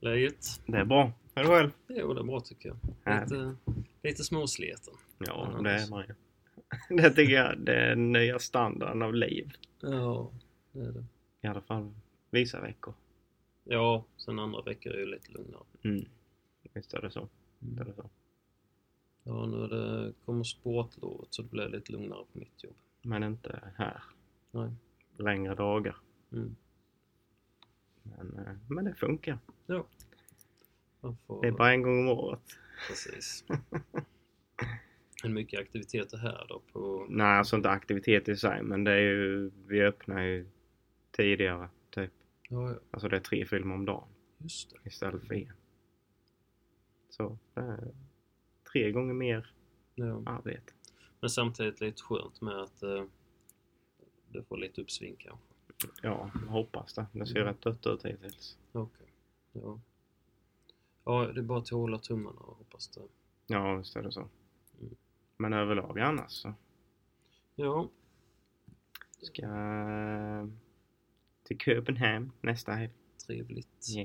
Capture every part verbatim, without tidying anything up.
Läget? Det är bra. Är du själv? Jo, det är bra tycker jag. Lite, lite småsleten. Ja, det är man ju. Det tycker jag, det är nya standarden av liv. Ja, det är det. I alla fall vissa veckor. Ja, sen andra veckor är det lite lugnare. Mm. Visst är det så. Visst är det så. Ja, nu är det, kommer sportlovet så det blir lite lugnare på mitt jobb. Men inte här. Nej. Längre dagar. Mm. Men, men det funkar. Ja. Man får... Det är bara en gång om året. Precis. En mycket aktiviteter här då på... Nej, alltså inte aktivitet i sig. Men det är ju, vi öppnar ju tidigare typ. Ja, ja. Alltså det är tre filmer om dagen. Just det. Istället för en. Så det är tre gånger mer Ja. arbete. Men samtidigt lite skönt med att eh, det får lite uppsving kanske. Ja, jag hoppas det. Det ser Mm. rätt dött ut hittills. Okej. Ja. Ja, det är bara att hålla tummarna och hoppas det. Ja, visst är det så. Mm. Men överlag annars så Ja. ska till Köpenhamn nästa helg. Trevligt. Yeah.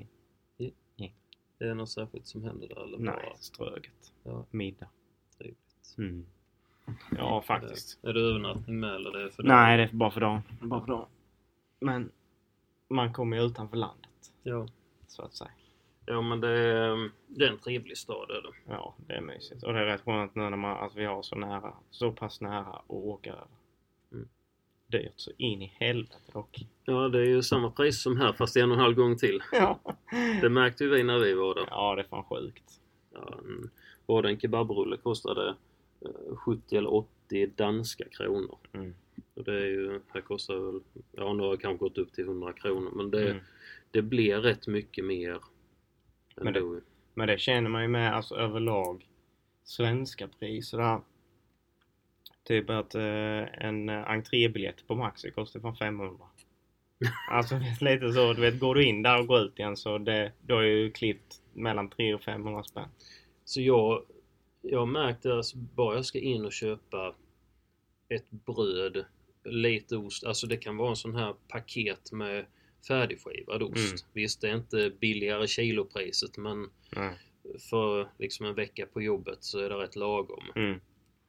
Det är något särskilt som händer där eller Nej, bara ströget. Ja. Middag. trevligt? Mm. Ja, faktiskt. Är det övernattning med eller det är för Nej, det är bara för dagen. Bara för dagen. Men man kommer ju utanför landet, Ja. så att säga. Ja, men det är, det är en trevlig stad är det. Ja, det är mysigt. Och det är rätt skönt nu när man, att vi har så nära, så pass nära att åka över. Mm. Dyrt så in i helvete dock. Ja, det är ju samma pris som här fast en och en halv gång till. Ja. Det märkte ju vi när vi var där. Ja, det är fan sjukt. Ja, en, både en kebabrulle kostade eh, sjuttio eller åttio danska kronor. Mm. Och det är ju, här kostar väl, ja nu har det kanske gått upp till hundra kronor. Men det, Mm. det blir rätt mycket mer Men ändå. det, men det känner man ju med alltså överlag svenska priser där. Typ att eh, en entrébiljett på Maxi kostar fan femhundra. Alltså det är lite så, du vet, går du in där och går ut igen så det, då är ju klippt mellan tre och femhundra spänn. Så jag, jag märkte att alltså, bara jag ska in och köpa ett bröd, lite ost, alltså det kan vara en sån här paket med färdigskivad ost. Mm. Visst, det är inte billigare kilopriset, men Nej. för liksom en vecka på jobbet så är det rätt lagom. Mm.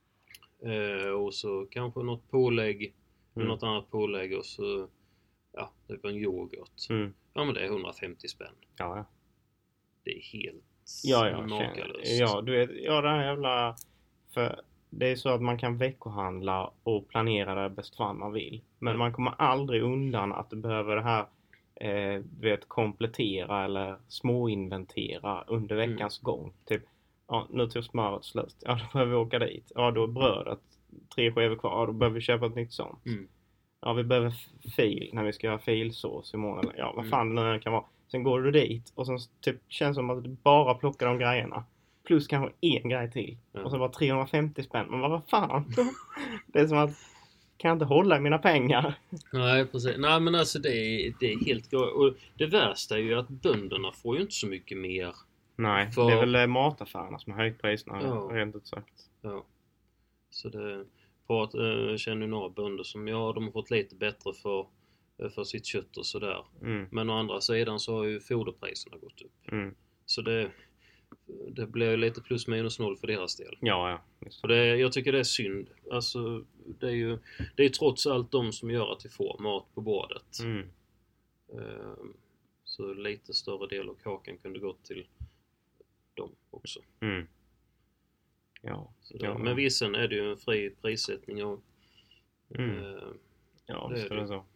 Eh, och så kanske något pålägg, Mm. något annat pålägg och så ja, det var en yoghurt. Mm. Ja, men det är hundrafemtio spänn. Ja, ja. Det är helt Ja, ja, makalöst. ja, du vet, ja det här jävla, för det är så att man kan veckohandla och planera det bäst fan man vill. Men Mm. man kommer aldrig undan att du behöver det här, eh, du vet, komplettera eller småinventera under veckans gång. Typ, ja, nu tog smöret slut. Ja, då behöver vi åka dit. Ja, då är brödet tre skivor kvar. Ja, då behöver vi köpa ett nytt sånt. Mm. Ja, vi behöver fil när vi ska göra filsås imorgon. Eller, ja, vad Mm. fan det nu kan vara. Sen går du dit och sen typ känns som att du bara plockar de grejerna. Plus kanske en grej till. Mm. Och så bara trehundrafemtio spänn. Men vad fan? Det är som att kan jag inte hålla i mina pengar. Nej, precis. Nej, men alltså det är, det är helt galet. Och det värsta är ju att bönderna får ju inte så mycket mer. Nej, För- det är väl eh, mataffärerna som har höjt priserna. Ja. Rent ut sagt. Ja. Så det prat, äh, känner ju några bönder som ja, de har fått lite bättre för, för sitt kött och sådär. Mm, Men å andra sidan så har ju foderpriserna gått upp. mm. Så det, det blir ju lite plus minus noll för deras del. Ja, ja. Just. Och det, jag tycker det är synd. Alltså, det är ju det är trots allt de som gör att vi får mat på bordet. Mm. Ehm, Så lite större del av kakan kunde gått till dem också. Mm. Ja. Så det, Ja. Men vissen är det ju en fri prissättning och Mm. ehm, Ja, det visst är är det. det så.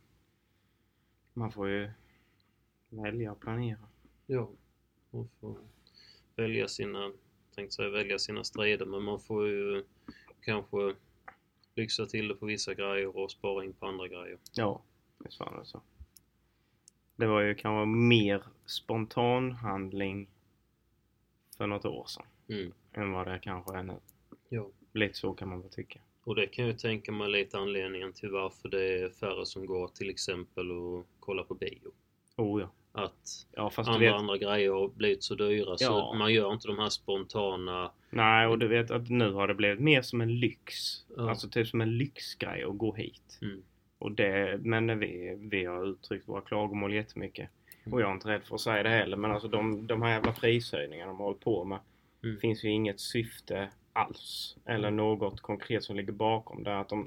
Man får ju välja och planera. ja, man får välja sina, tänkte säga välja sina strider, men man får ju kanske lyxa till det på vissa grejer och spara in på andra grejer. Ja, visst var det så. Det var ju kanske mer spontan handling för något år sedan Mm. än vad det kanske är nu. Ja. Lite så kan man väl tycka. Och det kan jag tänka mig lite anledningen till varför det är färre som går till exempel och kollar på bio. Oh ja. Att Ja, fast du andra, vet... andra grejer har blivit så dyra så Ja. man gör inte de här spontana. Nej, och du vet att nu har det blivit mer som en lyx. Ja. Alltså typ som en lyxgrej att gå hit. Mm. Och det, men vi, vi har uttryckt våra klagomål jättemycket. Och jag är inte rädd för att säga det heller. Men alltså de, de här jävla prishöjningarna de har hållit på med. Mm. Finns ju inget syfte alls. Eller något konkret som ligger bakom det. Att de,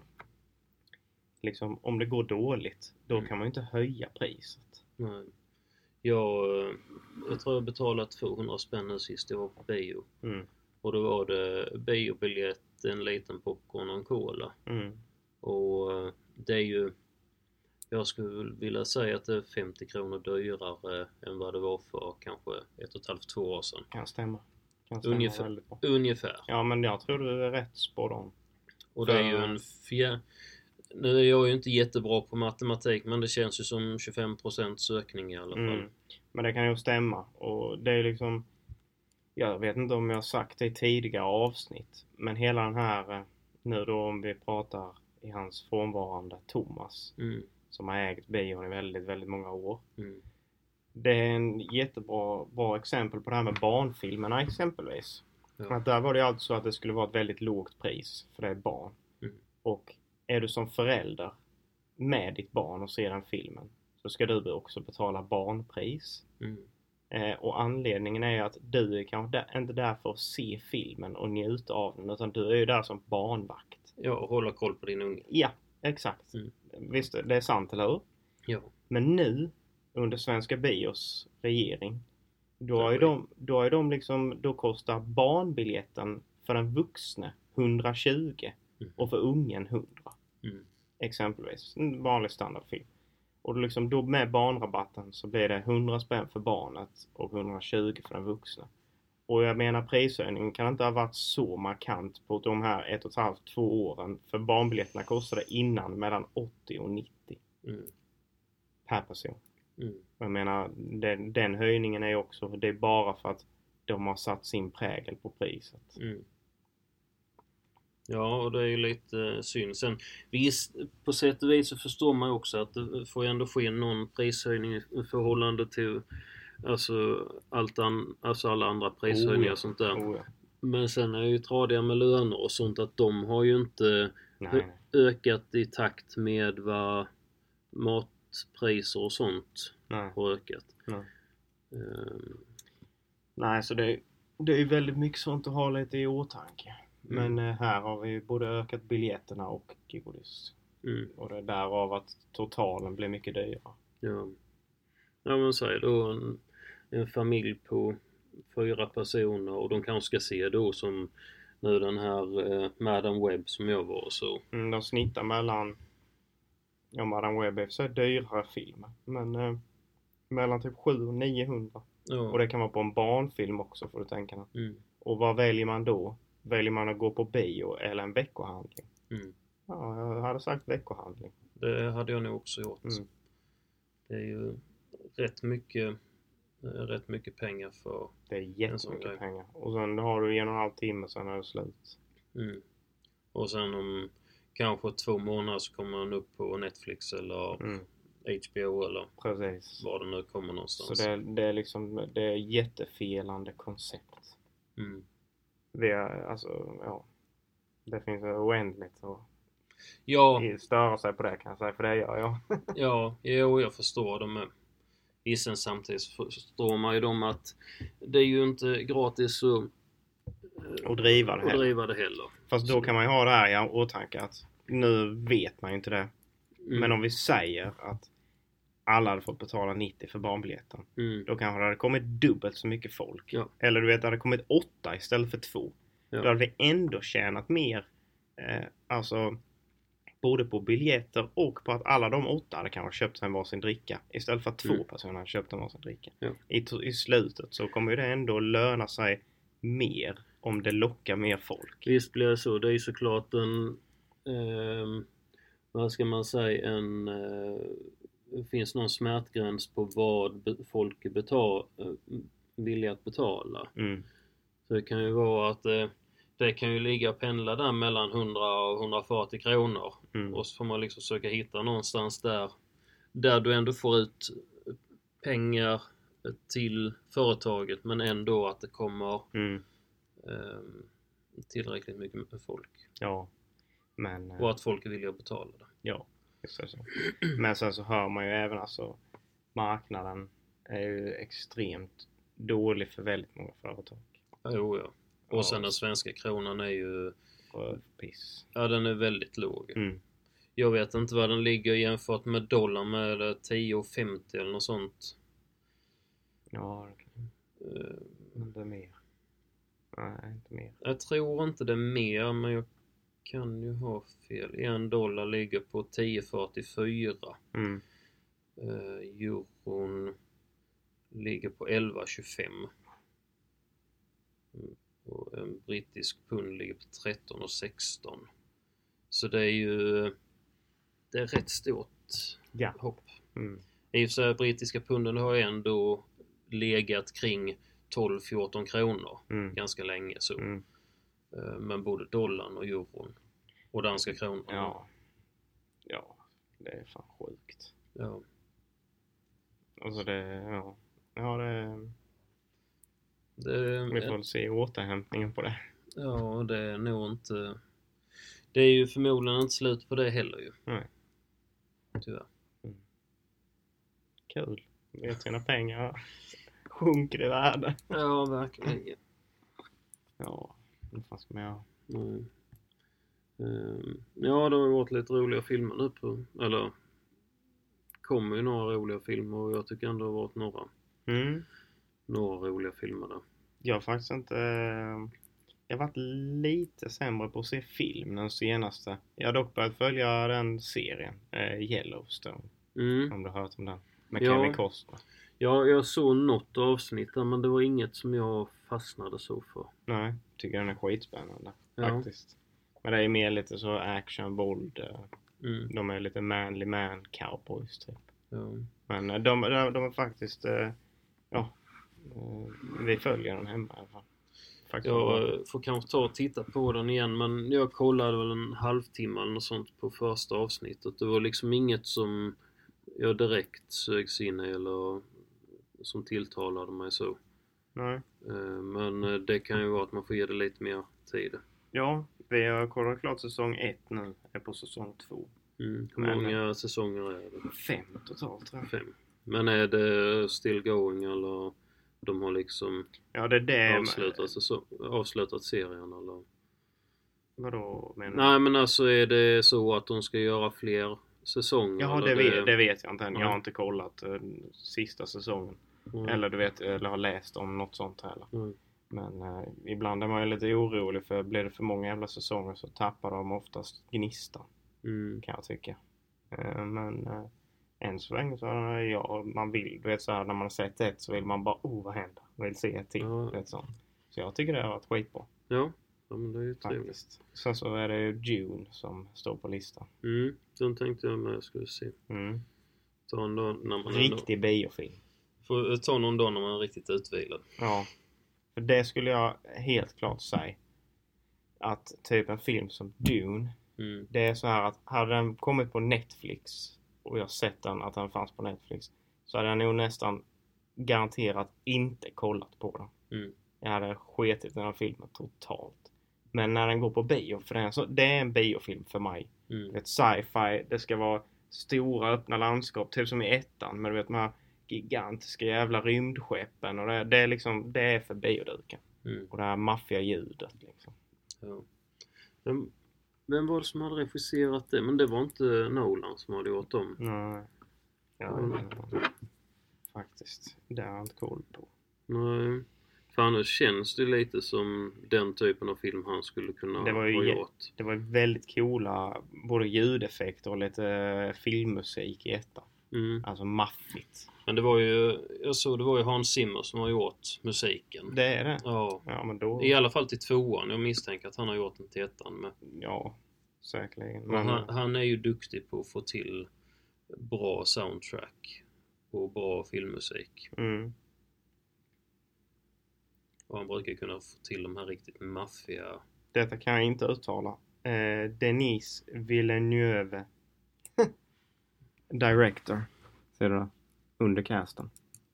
liksom, om det går dåligt. Då Mm. kan man ju inte höja priset. Nej. Jag, jag tror jag betalade tvåhundra spänn nu sist jag var på bio. Mm. Och då var det biobiljett, en liten popcorn och en cola. Mm. Och det är ju, jag skulle vilja säga att det är femtio kronor dyrare än vad det var för kanske ett och ett halvt, två år sedan. Kan stämma. Kan stämma Ungefär. väldigt bra. Ungefär. Ja, men jag tror du är rätt spot on. Och det är ju en fjär... Nu är jag ju inte jättebra på matematik, men det känns ju som tjugofem procent sökning i alla fall. Mm. Men det kan ju stämma. Och det är liksom... Jag vet inte om jag har sagt det i tidigare avsnitt. Men hela den här... Nu då om vi pratar i hans frånvarande Thomas. Mm. Som har ägt bion i väldigt, väldigt många år. Mm. Det är en jättebra bra exempel på det här med barnfilmerna exempelvis. Ja. Att där var det alltid så att det skulle vara ett väldigt lågt pris. För det är barn. Mm. Och är du som förälder med ditt barn och ser den filmen. Så ska du också betala barnpris. Mm. Eh, och anledningen är att du är kanske där, inte där för att se filmen och njuta av den. Utan du är ju där som barnvakt. Ja, hålla koll på din unge. Ja, exakt. Mm. Visst, det är sant, eller hur? Ja. Men nu, under Svenska Bios regering, då Ja, är de, då är de liksom, då kostar barnbiljetten för den vuxne hundratjugo Mm. och för ungen hundra. Mm. Exempelvis, en vanlig standardfilm. Och då, liksom, då med barnrabatten så blir det hundra spänn för barnet och hundratjugo för den vuxna. Och jag menar prishöjningen kan inte ha varit så markant på de här ett och ett halvt, två åren. För barnbiljetterna kostade innan mellan åttio och nittio Mm. per person. Mm. Jag menar, den, den höjningen är också, det är bara för att de har satt sin prägel på priset. Mm. Ja, och det är ju lite synd. Sen visst, på sätt och vis så förstår man ju också att det får ändå ske någon prishöjning i förhållande till alltså, allt an, alltså alla andra prishöjningar Oh ja. och sånt där. Oh ja. Men sen är ju tradiga med löner och sånt att de har ju inte Nej, ö- nej. ökat i takt med vad matpriser och sånt Nej. har ökat. Nej. Ehm, Nej, så det, det är ju väldigt mycket sånt att ha lite i åtanke. Mm. Men eh, här har vi både ökat biljetterna och godis. mm, Och det är därav att totalen blir mycket dyrare. ja. Ja, men säg då en, en familj på fyra personer och de kanske ska se då som nu den här eh, Madame Web som jag var så. Mm, de snittar mellan, ja, Madame Web är så här dyrare filmer. Men eh, mellan typ sju och niohundra. Ja. Och det kan vara på en barnfilm också, får du tänka dig. Mm. Och vad väljer man då? Väljer man att gå på bio eller en veckohandling? Mm. Ja, jag hade sagt veckohandling. Det hade jag nog också gjort. Mm. Det är ju rätt mycket eh, rätt mycket pengar för Det är En sån jättemycket grej. pengar. Och sen har du en och en halv timme, sen är det slut. mm. Och sen om kanske två månader så kommer man upp på Netflix eller Mm, H B O eller precis. var det nu kommer någonstans. Så det, det är liksom, det är jättefelande koncept. Mm. Vi är, alltså, ja. Det finns oändligt att Ja, störa sig på det, kan jag säga, för det gör jag. ja, jo, jag förstår det med. Sen samtidigt så förstår man ju dem att det är ju inte gratis att, Och driva det att heller. driva det heller. Fast då kan man ju ha det här i åtanke att nu vet man ju inte det. Mm. Men om vi säger att alla hade fått betala nittio för barnbiljetten. Mm. Då kanske det hade kommit dubbelt så mycket folk. Ja. Eller du vet, det hade kommit åtta istället för två. Ja. Då hade vi ändå tjänat mer. Eh, alltså både på biljetter och på att alla de åtta hade kanske köpt sig varsin dricka. Istället för att två Mm. personer hade köpt en varsin dricka. Ja. I, I slutet så kommer ju det ändå löna sig mer om det lockar mer folk. Visst blir det så. Det är ju såklart en eh, vad ska man säga en eh, det finns någon smärtgräns på vad be- folk betal, eh, villiga att betala. Mm. Så det kan ju vara att eh, det kan ju ligga och pendla där mellan hundra och hundrafyrtio kronor. Mm. Och så får man liksom försöka hitta någonstans där där du ändå får ut pengar till företaget men ändå att det kommer Mm. eh, tillräckligt mycket med folk. Ja. Men, eh, Och att folk är villiga att betala det. ja, just det så. Men sen så hör man ju även alltså marknaden är ju extremt dålig för väldigt många företag. Jo, ja. Och Ja. sen den svenska kronan är ju... Piss. Ja, den är väldigt låg. Mm. Jag vet inte vad den ligger jämfört med dollarn med tio femtio eller något sånt. Ja, det kan Uh, inte mer. Nej, inte mer. jag tror inte det är mer, men jag kan ju ha fel. En dollar ligger på tio fyrtiofyra. Mm. Uh, euron ligger på elva tjugofem. Mm. Och en brittisk pund ligger på tretton sexton. Så det är ju det är rätt stort Ja. hopp. Mm. I och för sig brittiska punden har ändå legat kring tolv fjorton kronor Mm. ganska länge så. Mm. Uh, men både dollarn och euron och danska kronan. Ja. Ja, det är fan sjukt. Ja. Alltså det, ja. Ja, det... Det, Vi får väl se återhämtningen på det. ja, det är nog inte... Det är ju förmodligen inte slut på det heller ju. Nej. Tyvärr. Mm. Kul. Vet sina pengar sjunker i värde. Ja, verkligen. Ja, vad fan ska man göra? Mm. Um, ja, det har ju varit lite roliga filmer nu på... Eller... kommer ju några roliga filmer och jag tycker ändå det har varit några... Mm. Några roliga filmer där. Jag har faktiskt inte... Jag har varit lite sämre på att se film den senaste. Jag har dock börjat följa den serien. Eh, Yellowstone. Mm. Om du har hört om den. Med Ja. Kevin Costner. Ja, jag såg något avsnitt där, men det var inget som jag fastnade så för. Nej, tycker den är skitspännande. Ja. Faktiskt. Men det är mer lite så action, våld. eh, Mm. De är lite manly man cowboys typ. Ja. Men eh, de, de, de är faktiskt... eh, Ja. eh, Vi följer den hemma i alla fall. Faktiskt bra. Jag eh, får kanske ta och titta på den igen, men jag kollade väl en halvtimme eller något sånt på första avsnittet. Det var liksom inget som jag direkt sögs in i eller som tilltalade mig så. Nej. Eh, Men eh, det kan ju vara att man får ge det lite mer tid. Ja, vi har kollat klart säsong ett nu. Är på säsong två. Mm. Hur Men- många säsonger är det? Fem totalt tror jag. Fem. Men är det still going eller de har liksom Ja, det är det. avslutat, säsong, avslutat serien eller? Vadå menar du? Nej, men alltså är det så att de ska göra fler säsonger? Ja, eller det vet, det vet jag inte än. Jag har Nej. inte kollat eh, sista säsongen. Mm. Eller du vet, eller har läst om något sånt heller. Mm. Men eh, ibland är man ju lite orolig för blir det för många jävla säsonger så tappar de oftast gnistan. Mm. Kan jag tycka. Eh, men eh, än så länge så är ja, man vill, du vet så här, när man har sett ett så vill man bara, oh vad händer? Vill se ett till. Ja. Vet så. så jag tycker det har varit skitbra. Ja. Ja, men det är ju trevligt. Faktiskt. Sen så är det ju Dune som står på listan. Mm. Den tänkte jag med jag skulle se. Mm. Ta en dag när man Riktig biofilm. ändå, får ta någon dag när man är riktigt utvilad. Ja. För det skulle jag helt klart säga. Att typ en film som Dune. Mm. Det är så här att hade den kommit på Netflix. Och jag sett den att den fanns på Netflix. Så hade jag nog nästan garanterat inte kollat på den. Mm. Jag hade skitit i den här filmen totalt. Men när den går på bio. För den, så, det är en biofilm för mig. Mm. Ett sci-fi. Det ska vara stora öppna landskap. Typ som i ettan. Men du vet de här gigantiska jävla rymdskeppen. Och det, det är liksom, det är för bioduken. Mm. Och det här maffiga ljudet liksom. Ja. Vem, vem var det som hade regisserat det? Men det var inte Nolan som hade gjort dem. Nej. Ja, Mm. ja. Faktiskt. Det har jag inte koll på. Nej. För annars känns det lite som den typen av film han skulle kunna Det var ju ha jä- gjort. Det var väldigt coola både ljudeffekter och lite filmmusik i ettan. Mm. Alltså maffigt. Men det var ju, jag såg det var ju Hans Zimmer som har gjort musiken. Det är det. Ja. Ja, men då... I alla fall till tvåan. Jag misstänker att han har gjort den till ettan med. Ja, säkerligen. Men Men, han, han är ju duktig på att få till bra soundtrack och bra filmmusik. mm, Och han brukar kunna få till de här riktigt maffiga. detta kan jag inte uttala. Eh, Denis Villeneuve. Director. Ser du det? Under casten.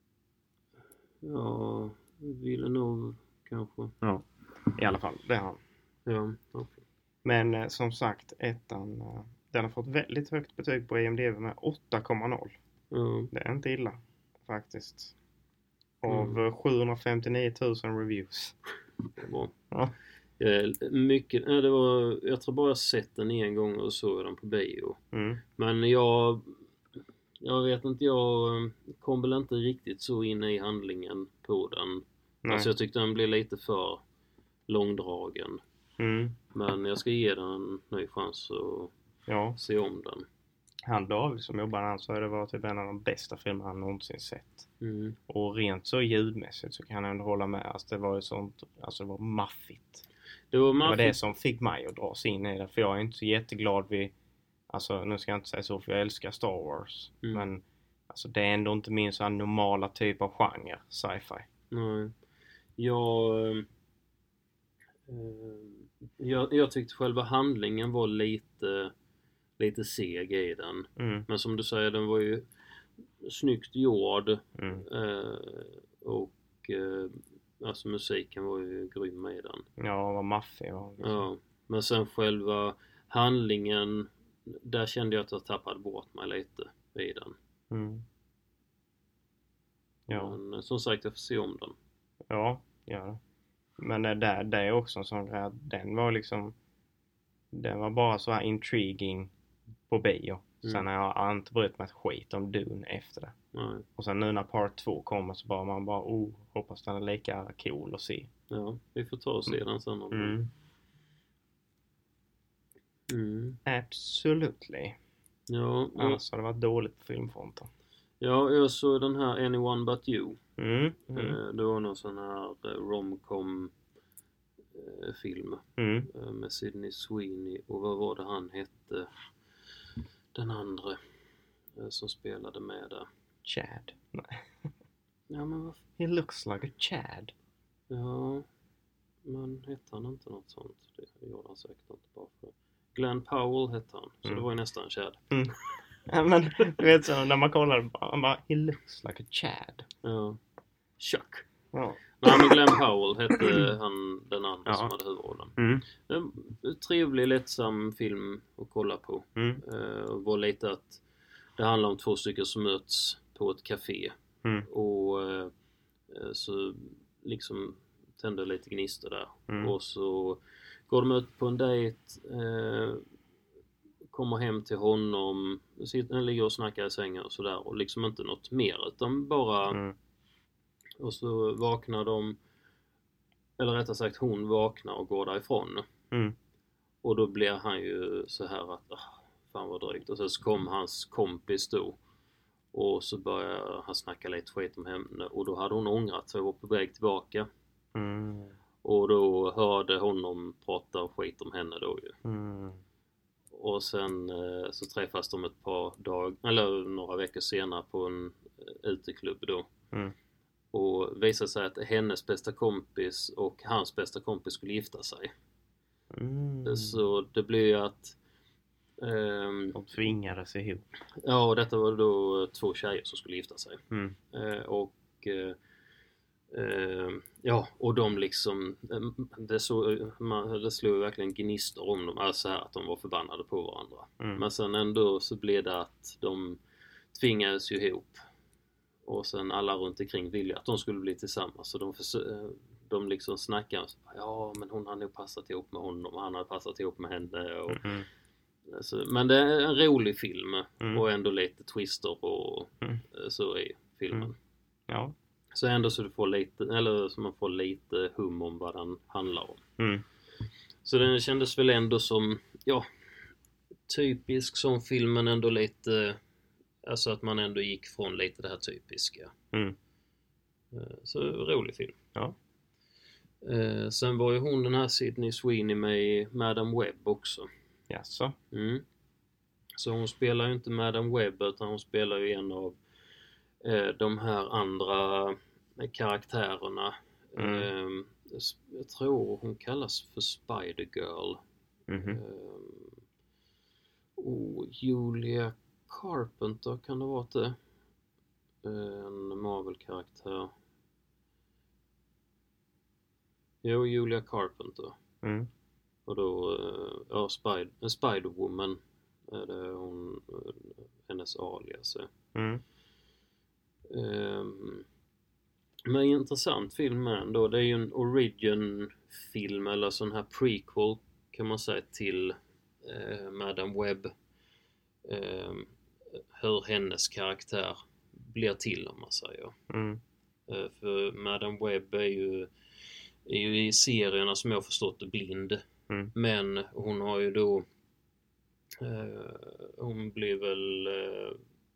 Ja, Villeneuve kanske. Ja, i alla fall. Det är han. Ja, okej. Men eh, som sagt, ettan, eh, den har fått väldigt högt betyg på I M D B med åtta komma noll. Ja, Det är inte illa, faktiskt. Av Mm. sjuhundrafemtionio tusen reviews. Det var Ja. eh, mycket, nej, det var, jag tror bara jag sett den en gång och såg den på bio. Mm. Men jag, jag vet inte, jag kom väl inte riktigt så in i handlingen på den. Nej. Alltså jag tyckte den blev lite för långdragen. Mm. Men jag ska ge den en ny chans och Ja. se om den. Han David som jobbar här så det var typ en av de bästa filmer han någonsin sett. Mm. Och rent så ljudmässigt så kan jag ändå hålla med. Alltså det var ju sånt, alltså det var maffigt. Det var, Det var det maffigt. som fick mig att dras in i det. För jag är inte så jätteglad vid, alltså nu ska jag inte säga så för jag älskar Star Wars. Mm. Men alltså det är ändå inte min så här normala typ av genre, sci-fi. Nej. Jag, eh, jag, jag tyckte själva handlingen var lite, lite seg i den. Mm. Men som du säger, den var ju snyggt gjord. Mm. Eh, och eh, alltså musiken var ju grym i den. Ja, vad maffig var liksom. Ja. Men sen själva handlingen, där kände jag att jag tappade bort mig lite i den. Mm. Ja. Men eh, som sagt, jag får se om den. Ja, gör det. Men det, där, det är också en sån grej att den var liksom, den var bara så här intriguing på bio. Mm. Sen har jag inte brytt mig ett skit om Dune efter det. Nej. Och sen nu när part två kommer så bara man bara, oh, hoppas den är lika cool att se. Ja, vi får ta och se den sen. Om Mm. Mm. Absolutely. Ja, ja, Annars har det varit dåligt på filmfronten. ja, jag såg den här Anyone But You. Mm. Mm. Eh, Det var någon sån här eh, romcom eh, film Mm. eh, med Sydney Sweeney och vad var det han hette, den andra eh, som spelade med där. Chad. Nej. Ja, men vad f- He looks like a Chad. ja, men hette han inte något sånt? Det gjorde han säkert inte bara för det. Glenn Powell hette han, så Mm. det var ju nästan Chad. Mm. Ja, men du vet så när man kollar man bara, he looks like a Chad. Ja. Chuck. Ja. Nej, men Glenn Powell hette han, den andra Ja. som hade huvudrollen. Mm. En trevlig, lättsam film att kolla på. Mm. Uh, var lite att det handlar om två stycken som möts på ett café. Mm. Och uh, så liksom tänder lite gnistor där. Mm. Och så går de ut på en dejt. Uh, kommer hem till honom. Sitter, ligger och snackar i sängen och sådär. Och liksom inte något mer. Utan bara... Mm. Och så vaknar de, eller rättare sagt hon vaknar och går därifrån. Mm. Och då blir han ju så här att, ah, fan vad drygt. Och så kom hans kompis då. Och så börjar han snacka lite skit om henne. Och då hade hon ångrat sig och var på väg tillbaka. Mm. Och då hörde honom prata skit om henne då ju. Mm. Och sen eh, så träffas de ett par dagar, eller några veckor senare på en eh, uteklubb då. Mm. Och visade sig att hennes bästa kompis och hans bästa kompis skulle gifta sig. Mm. Så det blev ju att... ehm, De tvingades ihop. ja, och detta var då två tjejer som skulle gifta sig. Mm. Eh, och... Eh, ehm, ja, och de liksom... eh, det, så, man, det slog verkligen gnistor om dem. Alltså här att de var förbannade på varandra. Mm. Men sen ändå så blev det att de tvingades ju ihop. Och sen alla runt omkring ville att de skulle bli tillsammans. Så de, försö- de liksom snackade. Ja, men hon hade nog passat ihop med honom. Och han hade passat ihop med henne. Och, Mm. alltså, men det är en rolig film. Mm. Och ändå lite twister och Mm. så i filmen. Mm. Ja. Så ändå så du får lite, eller så man får lite hum om vad den handlar om. Mm. Så den kändes väl ändå som, ja, typisk som filmen ändå lite... Alltså att man ändå gick från lite det här typiska. Mm. Så rolig film. Ja. Eh, sen var ju hon den här Sydney Sweeney med i Madam Web också. Jaså? Mm. Så hon spelar ju inte Madam Web utan hon spelar ju en av eh, de här andra karaktärerna. Mm. Eh, jag tror hon kallas för Spider-Girl. Mhm. Eh, och Julia Carpenter kan det vara det. En Marvel-karaktär. Jo, Julia Carpenter. Mm. Och då, ja, Spider- Spider-Woman är det hon, hennes alias är. Mm. Um, Men intressant film ändå. Det är ju en origin-film eller sån här prequel kan man säga till eh, Madame Web. Eh, hur hennes karaktär blir till om man säger. Mm. Eh, för Madame Web är ju, är ju i serierna som jag har förstått det blind. Mm. Men hon har ju då eh, hon blir väl eh,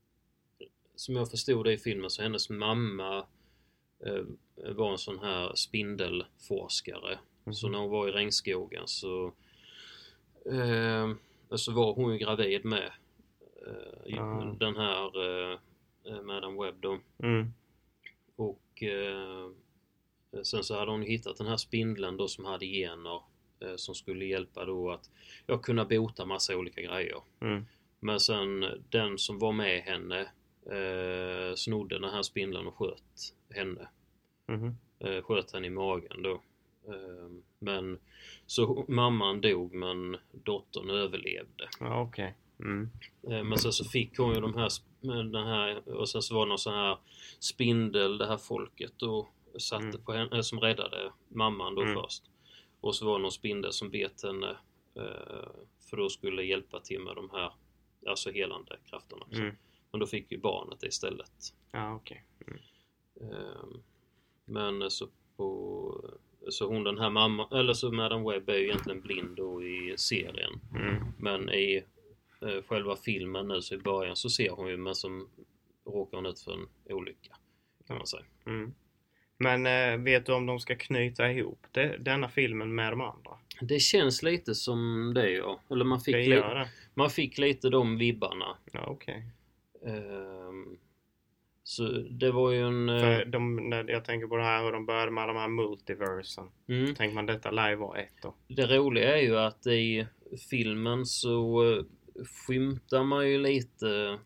som jag förstod det i filmen så hennes mamma eh, var en sån här spindelforskare. Mm. Så när hon var i regnskogen så eh, så var hon ju gravid med eh, Ah. den här eh, Madame Web då. Mm. Och eh, sen så hade hon hittat den här spindeln då som hade gener eh, som skulle hjälpa då att ja, kunna bota massa olika grejer. Mm. Men sen den som var med henne eh, snodde den här spindeln och sköt henne. Mm. Eh, sköt henne i magen då. Eh, men så mamman dog men dottern överlevde. Ja, okej. Okay. Mm. Eh, men sen så fick hon ju de här, den här och sen så var det någon sån här spindel det här folket då satte Mm. på henne, som räddade mamman då Mm. först. Och så var det någon spindel som bet henne eh, för då skulle hjälpa till med de här alltså helande krafterna. Mm. Men då fick ju barnet det istället. Ja, okej. Okay. Mm. Eh, men så på så hon den här mamma eller så Madame Web är ju egentligen blind då i serien. Mm. Men i eh, själva filmen nu så i början så ser hon ju men som råkar hon ut för en olycka kan man säga. Mm. Men eh, vet du om de ska knyta ihop det, denna filmen med de andra? Det känns lite som det ja. Eller man fick, Det li- gör det. man fick lite de vibbarna. Ja, okej. Ehm, så det var ju en... eh, För de, när jag tänker på det här hur de började med de här multiversen. mm, Tänker man detta lär ju vara ett då. det roliga är ju att i filmen så eh, skymtar man ju lite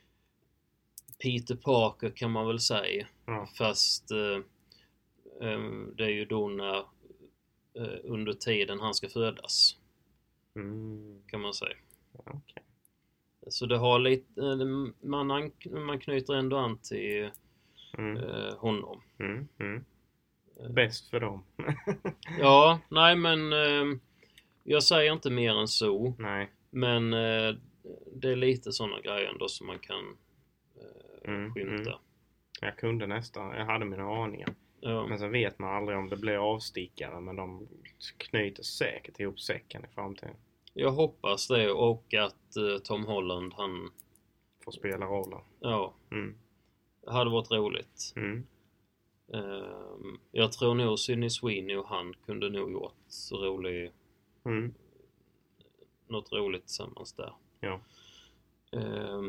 Peter Parker kan man väl säga. Ja. Fast eh, eh, det är ju då när eh, under tiden han ska födas Mm. kan man säga. Ja, okej. Så det har lite, eh, man, an, man knyter ändå an till Mm. eh, honom. Mm. Mm. Bäst för dem. Ja, nej men eh, jag säger inte mer än så. Nej. Men eh, det är lite sådana grejer ändå som man kan eh, Mm, skymta. mm. Jag kunde nästan, jag hade mina aningar. Ja. Men så vet man aldrig om det blir avstickare. Men de knyter säkert ihop säcken i framtiden. Jag hoppas det och att eh, Tom Holland han, Får spela rollen. ja, Mm. det hade varit roligt. Mm. Eh, jag tror nog Sydney Sweeney och han kunde nog gjort så rolig, Mm. något roligt tillsammans där. Ja. Eh,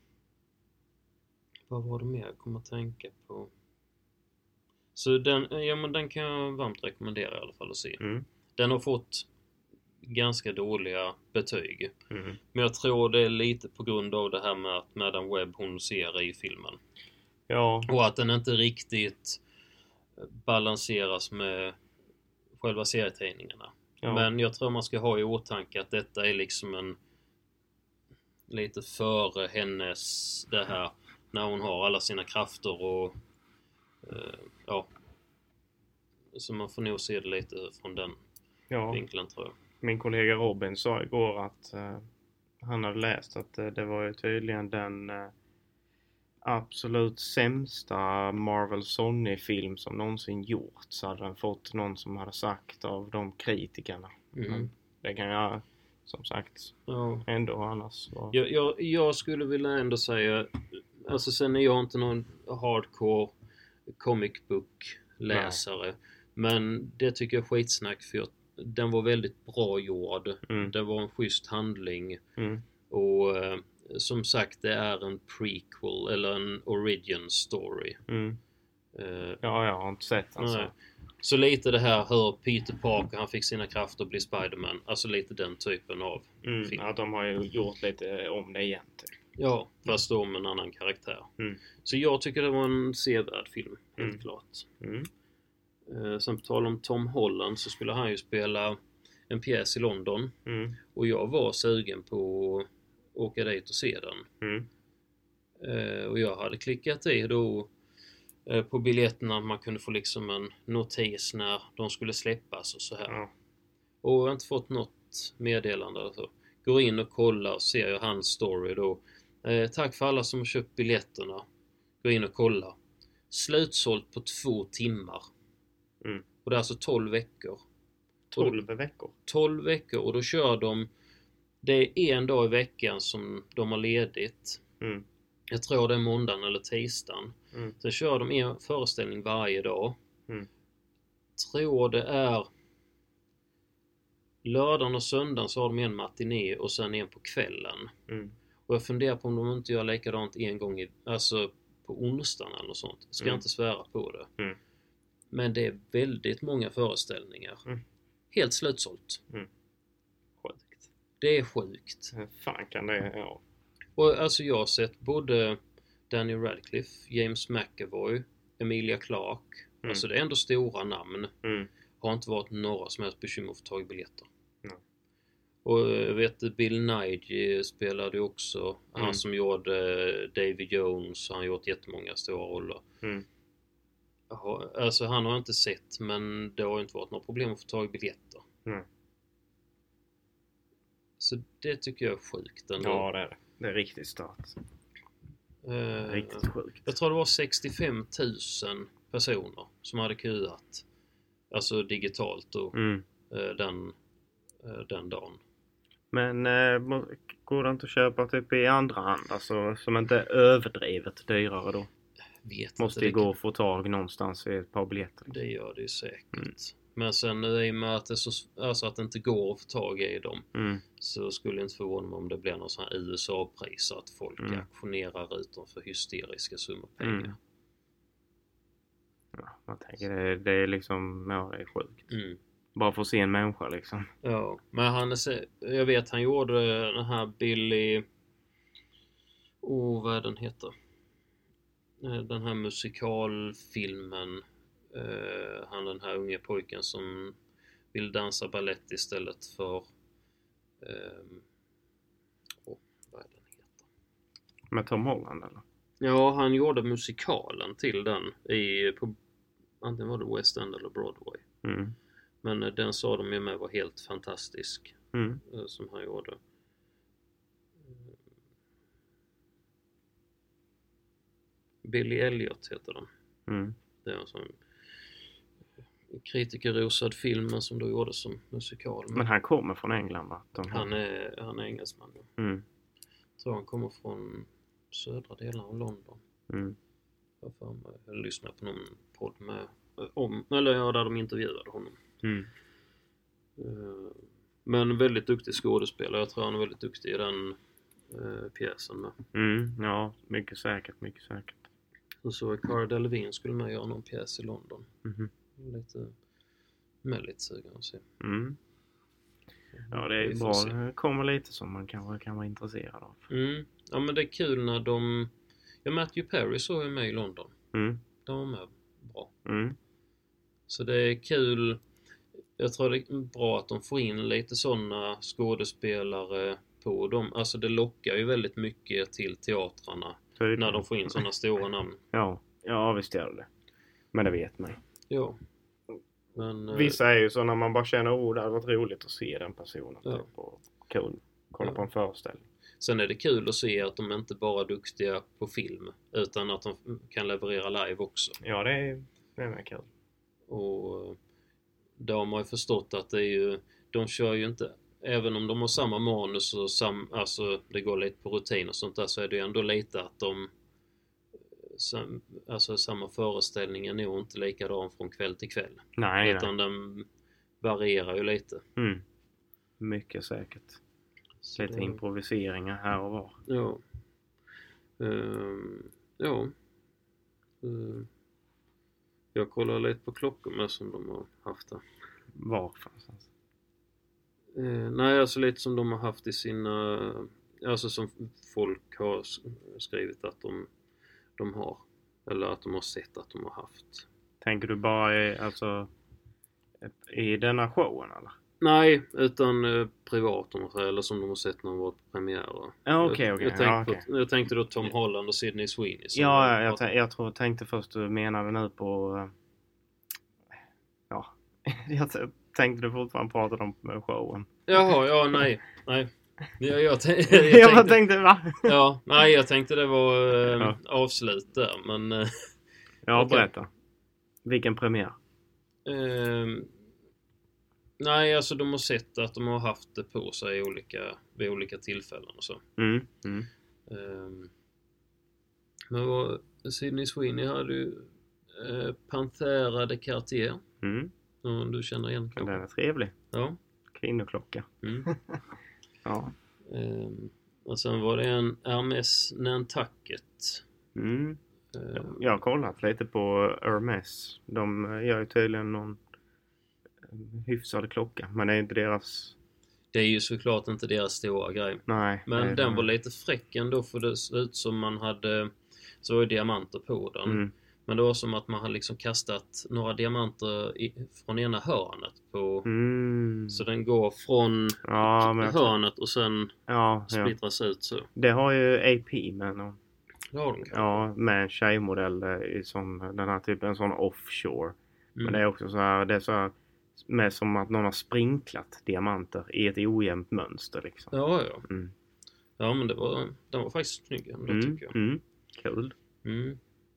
vad var det mer jag kommer att tänka på? Så den, ja men den kan jag varmt rekommendera i alla fall att se. Mm. Den har fått ganska dåliga betyg. Mm. Men jag tror det är lite på grund av det här med att Madame Web hon ser i filmen. Ja. Och att den inte riktigt balanseras med själva serietidningarna. Ja. Men jag tror man ska ha i åtanke att detta är liksom en lite före hennes det här när hon har alla sina krafter och eh, ja. Så man får nog se det lite från den Ja. vinkeln tror jag. Min kollega Robin sa igår att uh, han hade läst att uh, det var ju tydligen den uh, absolut sämsta Marvel Sony-film som någonsin gjorts. Så hade den fått någon som hade sagt av de kritikerna. Mm. Men det kan jag som sagt Ja. ändå annars vara... Jag, jag, jag skulle vilja ändå säga, alltså sen är jag inte någon hardcore comic book läsare. Men det tycker jag är skitsnack för jag, den var väldigt bra gjord. Mm. Det var en schysst handling. Mm. Och eh, som sagt det är en prequel eller en origin story. Mm. Eh, Ja, jag har inte sett alltså. nej. Så lite det här hur Peter Parker han fick sina krafter att bli Spider-Man. Alltså lite den typen av Mm. film. Ja, de har ju gjort lite om det igen typ. Ja, fast då med en annan karaktär. Mm. Så jag tycker det var en sevärd film, helt Mm. klart. Mm. Eh, sen på tal om Tom Holland så skulle han ju spela en pjäs i London. Mm. Och jag var sugen på att åka dit och se den. Mm. Eh, och jag hade klickat i då eh, på biljetterna. Man kunde få liksom en notis när de skulle släppas och så här. Ja. Och jag har inte fått något meddelande. Alltså. Går in och kollar och ser jag hans story då. Eh, tack för alla som har köpt biljetterna. Går in och kollar. Slutsålt på två timmar. Mm. Och det är alltså tolv veckor. tolv veckor? tolv veckor och då kör de. Det är en dag i veckan som de har ledigt. Mm. Jag tror det är måndagen eller tisdagen. Mm. Sen kör de en föreställning varje dag. Mm. Tror det är lördagen och söndagen så har de en matiné och sen en på kvällen. Mm. Och jag funderar på om de inte gör likadant en gång i, alltså på onsdagen eller något sånt. Ska Mm. jag inte svära på det. Mm. Men det är väldigt många föreställningar. Mm. Helt slutsålt. Mm. Sjukt. Det är sjukt. Hur fan kan det, ja. Och alltså jag har sett både Daniel Radcliffe, James McAvoy, Emilia Clarke. Mm. Alltså det är ändå stora namn. Mm. Har inte varit några som helst bekymmer för att ta biljetter. Mm. Och jag vet Bill Nighy spelade ju också. Mm. Han som gjorde Davy Jones. Han har gjort jättemånga stora roller. Mm. Jaha, alltså han har jag inte sett. Men det har inte varit några problem att få tag i biljetter. Mm. Så det tycker jag är sjukt ändå. Ja, det är det. Det är riktigt stört. Eh, Riktigt sjukt. Jag tror det var sextiofem tusen personer som hade köat. Alltså digitalt då. Mm. eh, den, eh, den dagen. Men eh, må- går det inte att köpa typ i andra hand? Alltså som inte är överdrivet dyrare då? Vet Måste inte, ju det gå kan- att få tag någonstans i ett par biljetter. Det gör det ju säkert. Mm. Men sen nu i och med att det, är så, alltså att det inte går att få tag i dem. Mm. Så skulle jag inte förvåna mig om det blir någon sån här U S A-pris. Att folk Mm. auktionerar ut dem för hysteriska summor pengar. Mm. Ja, jag tänker det, det är liksom, ja det är sjukt. Mm. Bara få se en människa liksom. Ja, men han är så, jag vet han gjorde den här Billy, oh vad är den heter, Eh, den här musikalfilmen, eh, han den här unga pojken som vill dansa ballett istället för ehm, oh, vad är den heter. Med Tom Holland eller? Ja, han gjorde musikalen till den i, på, antingen var det West End eller Broadway. Mm. Men eh, den sa de ju med var helt fantastisk. Mm. eh, Som han gjorde. Billy Elliot heter den. Mm. Det är en sån kritikerrosad film men som då gjordes som musikal. Men han kommer från England va? Tom han Holland. är, han är engelsman. Ja. Mm. Jag tror han kommer från södra delen av London. Mm. Jag, för mig, jag lyssnade på någon podd med om, eller ja, där de intervjuade honom. Mm. Eh, Men väldigt duktig skådespelare. Jag tror han är väldigt duktig i den eh, pjäsen med. Mm. Ja, mycket säkert, mycket säkert. Och så Cara Delevingne skulle med göra någon pjäs i London. Mhm. Lite väldigt sugen att se. Mm. Ja, det Vi är får bra. se. Det kommer lite som man kan, kan vara intresserad av. Mm. Ja men det är kul när de... Ja, Matthew Perry såg jag med i London. Mm. De var med bra. Mm. Så det är kul. Jag tror det är bra att de får in lite sådana skådespelare på dem. Alltså det lockar ju väldigt mycket till teatrarna Så är det- när de får in sådana stora namn. Ja, ja visst gör det. Men det vet man. Ja. Men, eh, Vissa är ju så när man bara känner oh det hade varit roligt att se den personen. Ja. Typ, och kul. Kolla Ja. på en föreställning. Sen är det kul att se att de inte bara är duktiga på film utan att de kan leverera live också. Ja, det är, det är med kul. Och då har man ju förstått att det är ju, de kör ju inte, även om de har samma manus och sam, alltså det går lite på rutin och sånt där, så är det ju ändå lite att de sam, alltså samma föreställning är nog inte likadan från kväll till kväll. Nej, Utan den varierar ju lite. nej. Mm. Mycket säkert. Så Lite det- improviseringar här och var. Ja. Ehm, ja. Ehm, jag kollar lite på klockan med som de har haft där. Varför? någonstans? Eh, nej, alltså lite som de har haft i sina... Alltså som folk har s- skrivit att de, de har. Eller att de har sett att de har haft. Tänker du bara i, alltså, i denna showen eller? Nej, utan eh, privat om man säger, eller som de har sett när de varit på premiärer. Ja, okej, okej. Jag, tänkte Ja, på- okej. jag tänkte då Tom Holland och Sydney Sweeney. som Ja, var- jag, jag, tän- jag tror, tänkte först du menade nu på... eh, Ja, jag t- tänkte du fortfarande pratade om eh, showen. Jaha, ja, nej. Nej. Jag, jag, tän- Jag, jag bara tänkte, tänkte, va? ja, nej, jag tänkte det var eh, Ja. avslut där, men... Eh, Ja, Okej. berätta. Vilken premiär? Ehm, nej, alltså de har sett att de har haft det på sig i olika, vid olika tillfällen och så. Mm, mm. Ehm, men vad, Sydney Sweeney hade ju eh, Panthera de Cartier. Mm. Om du känner igen Den klockan. är trevlig. Ja. Kvinnoklocka. Mm. Ja. Ehm, och sen var det en Hermes Nantucket. Mm. Ehm, Jag har kollat lite på Hermes. De gör ju tydligen någon hyfsad klocka. Men det är inte deras... det är ju såklart inte deras stora grej. Nej. Men nej, den nej. var lite fräck ändå, för det såg ut som man hade... så var det diamanter på den. Mm. Men det var som att man hade liksom kastat några diamanter i, från ena hörnet på... Mm. Så den går från Ja, men jag tror- hörnet och sen ja, ja. splittras ut så. Det har ju A P med någon. Det har de kanske. Ja, med en tjejmodell eh, i sån, den här typen, en sån offshore. Mm. Men det är också så här, det är så här med som att någon har sprinklat diamanter i ett ojämnt mönster liksom. Ja, ja. Mm. Ja, men det var, den var faktiskt snygg ändå, Mm. tycker jag. Mm. Kul. Mm.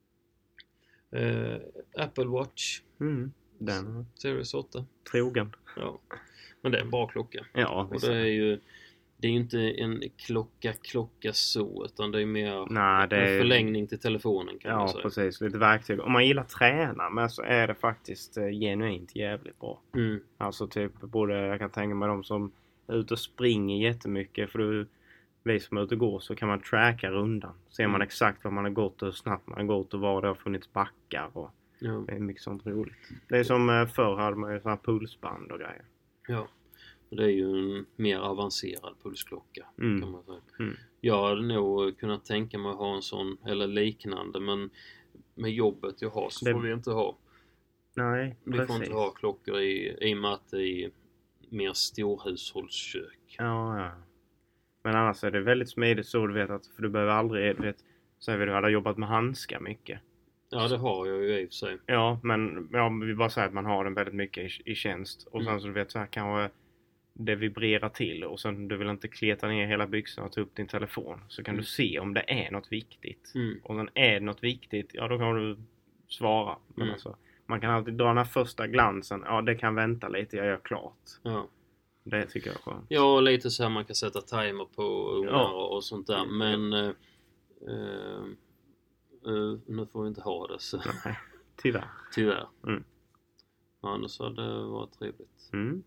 Eh, Apple Watch Mm. Den Series åtta. trogen. Ja. Men det är en bra klocka. Ja, Och visst. det är ju det är ju inte en klocka klocka så, utan det är mer Nej, det en är... förlängning till telefonen kan man Ja, säga. precis. Lite verktyg. Om man gillar träna med så är det faktiskt eh, genuint jävligt bra. Mm. Alltså typ både, jag kan tänka mig de som är ute och springer jättemycket. För du, vi som är ute och går så kan man tracka rundan. Ser man Mm. exakt vad man har gått och hur snabbt man har gått och var det har funnits backar. Och Ja. det är mycket sånt roligt. Det är som eh, förr hade man ju sådana här pulsband och grejer. Ja. Och det är ju en mer avancerad pulsklocka Mm. kan man säga. Mm. Jag hade nog kunnat tänka mig att ha en sån eller liknande, men med jobbet jag har så Det- får vi inte ha. Nej, Vi precis. får inte ha klockor i, i och med att det är mer storhushållskök. Ja, ja. Men annars är det väldigt smidigt så du vet att, för du behöver aldrig, du vet, säg att du hade jobbat med handskar mycket. Ja, det har jag ju i och för sig. Ja, men ja, vi bara säger att man har den väldigt mycket i, i tjänst. Och sen Mm. så du vet så här kanske det vibrerar till och sen du vill inte kleta ner hela byxan och ta upp din telefon. Så kan Mm. du se om det är något viktigt. Mm. Och sen är det något viktigt, ja då kan du svara. Men Mm. alltså, man kan alltid dra den här första glansen. Ja, det kan vänta lite, jag gör klart. Ja. Det tycker jag är skönt. Ja, lite så här man kan sätta timer på ungar Ja. och sånt där. Men eh, eh, eh, nu får vi inte ha det så Nej, tyvärr. tyvärr. Mm. Annars hade det varit trevligt. Mm.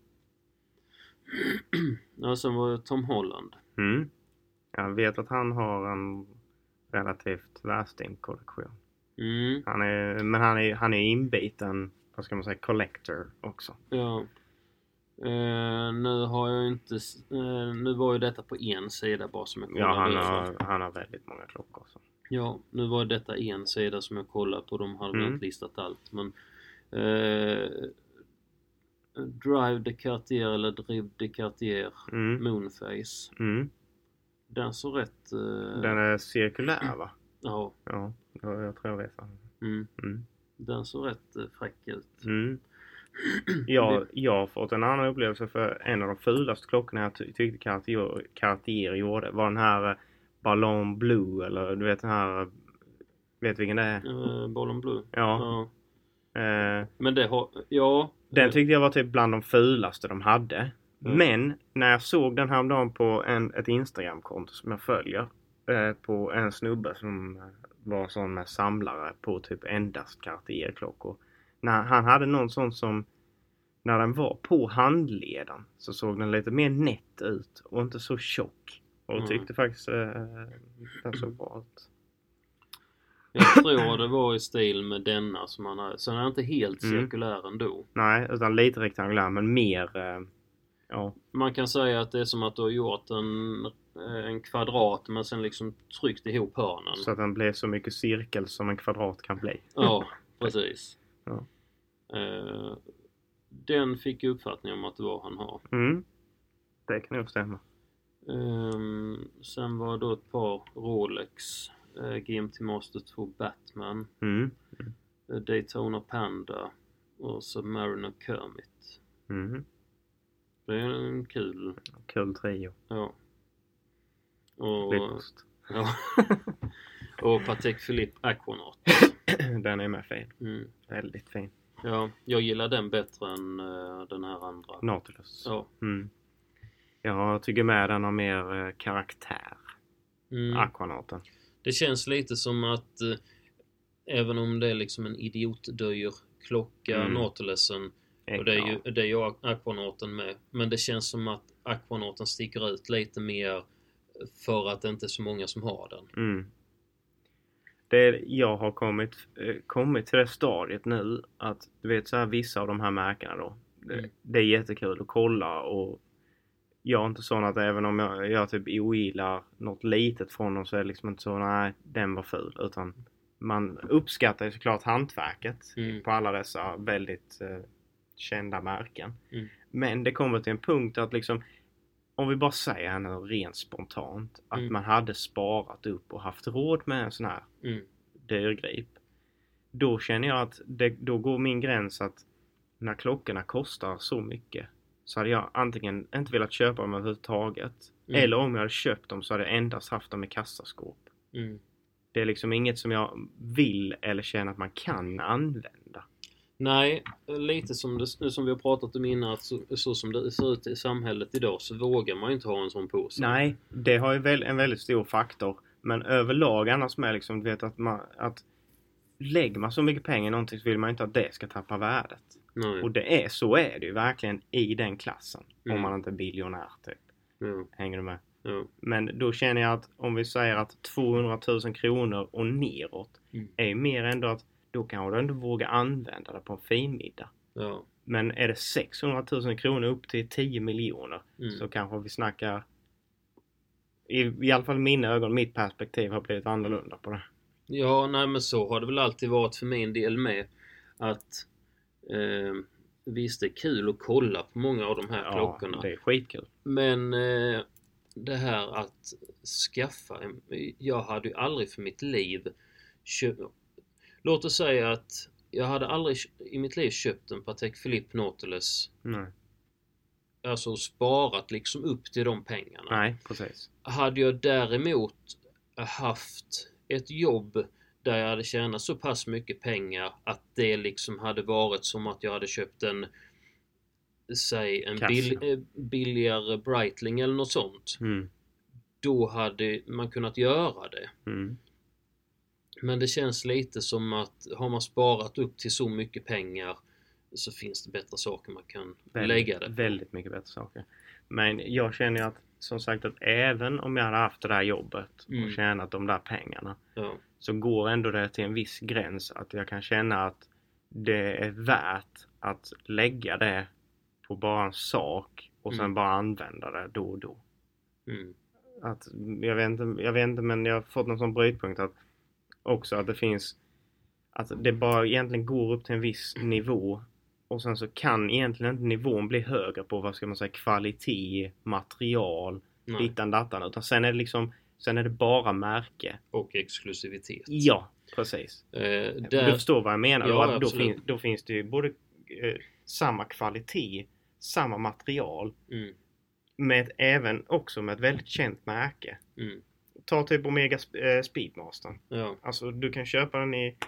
Ja, sen var det Tom Holland. Mm. Jag vet att han har en relativt värsting-kollektion. Mm, Han är, men han är, han är inbiten, vad ska man säga, collector också. ja. Eh, nu har jag inte... s- Eh, nu var ju detta på en sida bara som jag kollade Ja, han över. har, han har väldigt många klockor. Så. Ja, nu var detta en sida som jag kollade på. De hade väl Mm. inte listat allt. Men eh, Drive de Cartier eller Drive de Cartier Mm. Moonface. Mm. Den såg rätt... Eh, Den är cirkulär va? Ja, Ja, jag, jag tror jag vet. mm, Mm. den såg rätt eh, fräck ut. Mm. Jag, jag har fått en annan upplevelse för en av de fulaste klockorna jag ty- tyckte Cartier, Cartier gjorde var den här eh, Ballon Blue eller du vet den här, vet vilken det är? Eh, Ballon Blue. Ja. Ja. Eh, Men det har... Ja. den eh, tyckte jag var typ bland de fulaste de hade. Mm. Men när jag såg den här dagen på en, ett Instagram-konto som jag följer eh, på en snubbe som eh, var sån med samlare på typ endast Cartier-klockor. När han hade någon sån som när den var på handleden så såg den lite mer nätt ut och inte så tjock. Och Mm. tyckte faktiskt eh, den såg bra ut. Jag tror det var i stil med denna som han hade. Så den är inte helt Mm. cirkulär ändå. Nej, utan lite rektangulär men mer eh, ja. Man kan säga att det är som att du har gjort en, en kvadrat men sen liksom tryckt ihop hörnen. Så att den blev så mycket cirkel som en kvadrat kan bli. Ja, precis. Ja. Eh, Den fick jag uppfattning om att det var han har. Mm. Det kan nog stämma. Um, sen var det då ett par Rolex. Uh, G M T Master två Batman. Mm. Uh, Daytona Panda. Och Submariner Kermit. Mm. Det är en kul. Kul trio. Ja. Och, Flippost. ja. Och Patek Philippe Aquanaut. Den är med fin. Mm. Väldigt fin. Ja, jag gillar den bättre än uh, den här andra. Nautilus. Ja. Mm. Jag tycker med den har mer uh, karaktär. Mm. Aquanauten. Det känns lite som att uh, även om det är liksom en idiotdyr klocka, Mm. Nautilusen, och det är ju, det är ju Aquanauten med. Men det känns som att Aquanauten sticker ut lite mer för att det inte är så många som har den. Mm. Det, jag har kommit, eh, kommit till det stadiet nu att du vet så här vissa av de här märkena då. Det, Mm. det är jättekul att kolla och jag är inte sån att även om jag, jag typ ogillar något litet från dem så är det liksom inte så nej den var ful utan man uppskattar ju såklart hantverket Mm. på alla dessa väldigt eh, kända märken. Mm. Men det kommer till en punkt att liksom om vi bara säger här nu rent spontant att Mm. man hade sparat upp och haft råd med en sån här Mm. dyrgrip. Då känner jag att det, då går min gräns att när klockorna kostar så mycket så hade jag antingen inte velat köpa dem överhuvudtaget Mm. eller om jag hade köpt dem så hade jag endast haft dem i kassaskåp. Mm. Det är liksom inget som jag vill eller känner att man kan använda. Nej, lite som, det, som vi har pratat om innan, att så, så som det ser ut i samhället idag så vågar man ju inte ha en sån påse. Nej, det har ju väl en väldigt stor faktor. Men överlag annars med liksom, du vet att man, att lägger man så mycket pengar i någonting så vill man inte att det ska tappa värdet. Nej. Och det är, så är det ju verkligen i den klassen. Mm. Om man inte är biljonär typ. Ja. Hänger du med? Ja. Men då känner jag att om vi säger att tvåhundratusen kronor och neråt Mm. är mer ändå att då kan du ändå våga använda det på en fin middag. Ja. Men är det sexhundratusen kronor upp till tio miljoner Mm. så kanske vi snackar i, i alla fall i mina ögon, mitt perspektiv har blivit annorlunda på det. Ja, nej men så har det väl alltid varit för min del med att eh, visst det är kul att kolla på många av de här Ja, klockorna. det är skitkul. Men eh, det här att skaffa en, jag hade ju aldrig för mitt liv köpt, låt oss säga att jag hade aldrig i mitt liv köpt en Patek Philippe Nautilus, Nej, alltså sparat liksom upp till de pengarna. Nej precis. Hade jag däremot haft ett jobb där jag hade tjänat så pass mycket pengar att det liksom hade varit som att jag hade köpt en säg en bill, billigare Breitling eller något sånt. Mm. Då hade man kunnat göra det. Mm. Men det känns lite som att har man sparat upp till så mycket pengar så finns det bättre saker man kan Väldigt, lägga det på. Väldigt mycket bättre saker. Men jag känner ju att som sagt att även om jag hade haft det där jobbet Mm. och tjänat de där pengarna Ja. så går ändå det till en viss gräns att jag kan känna att det är värt att lägga det på bara en sak och sen Mm. bara använda det då och då. Mm. Att, jag, vet inte, jag vet inte men jag har fått någon sån brytpunkt att också att det finns att det bara egentligen går upp till en viss nivå och sen så kan egentligen inte nivån bli högre på vad ska man säga kvalitet, material, Nej. dittan dattan utan sen är det liksom sen är det bara märke. Och exklusivitet. Ja, precis. Eh, Du där, förstår vad jag menar. Ja, då, då, absolut. finns, då finns det ju både eh, samma kvalitet, samma material mm, med ett, även också med ett väldigt känt märke. mm, Ta typ Omega Sp- eh, Speedmaster. ja, Alltså du kan köpa den i,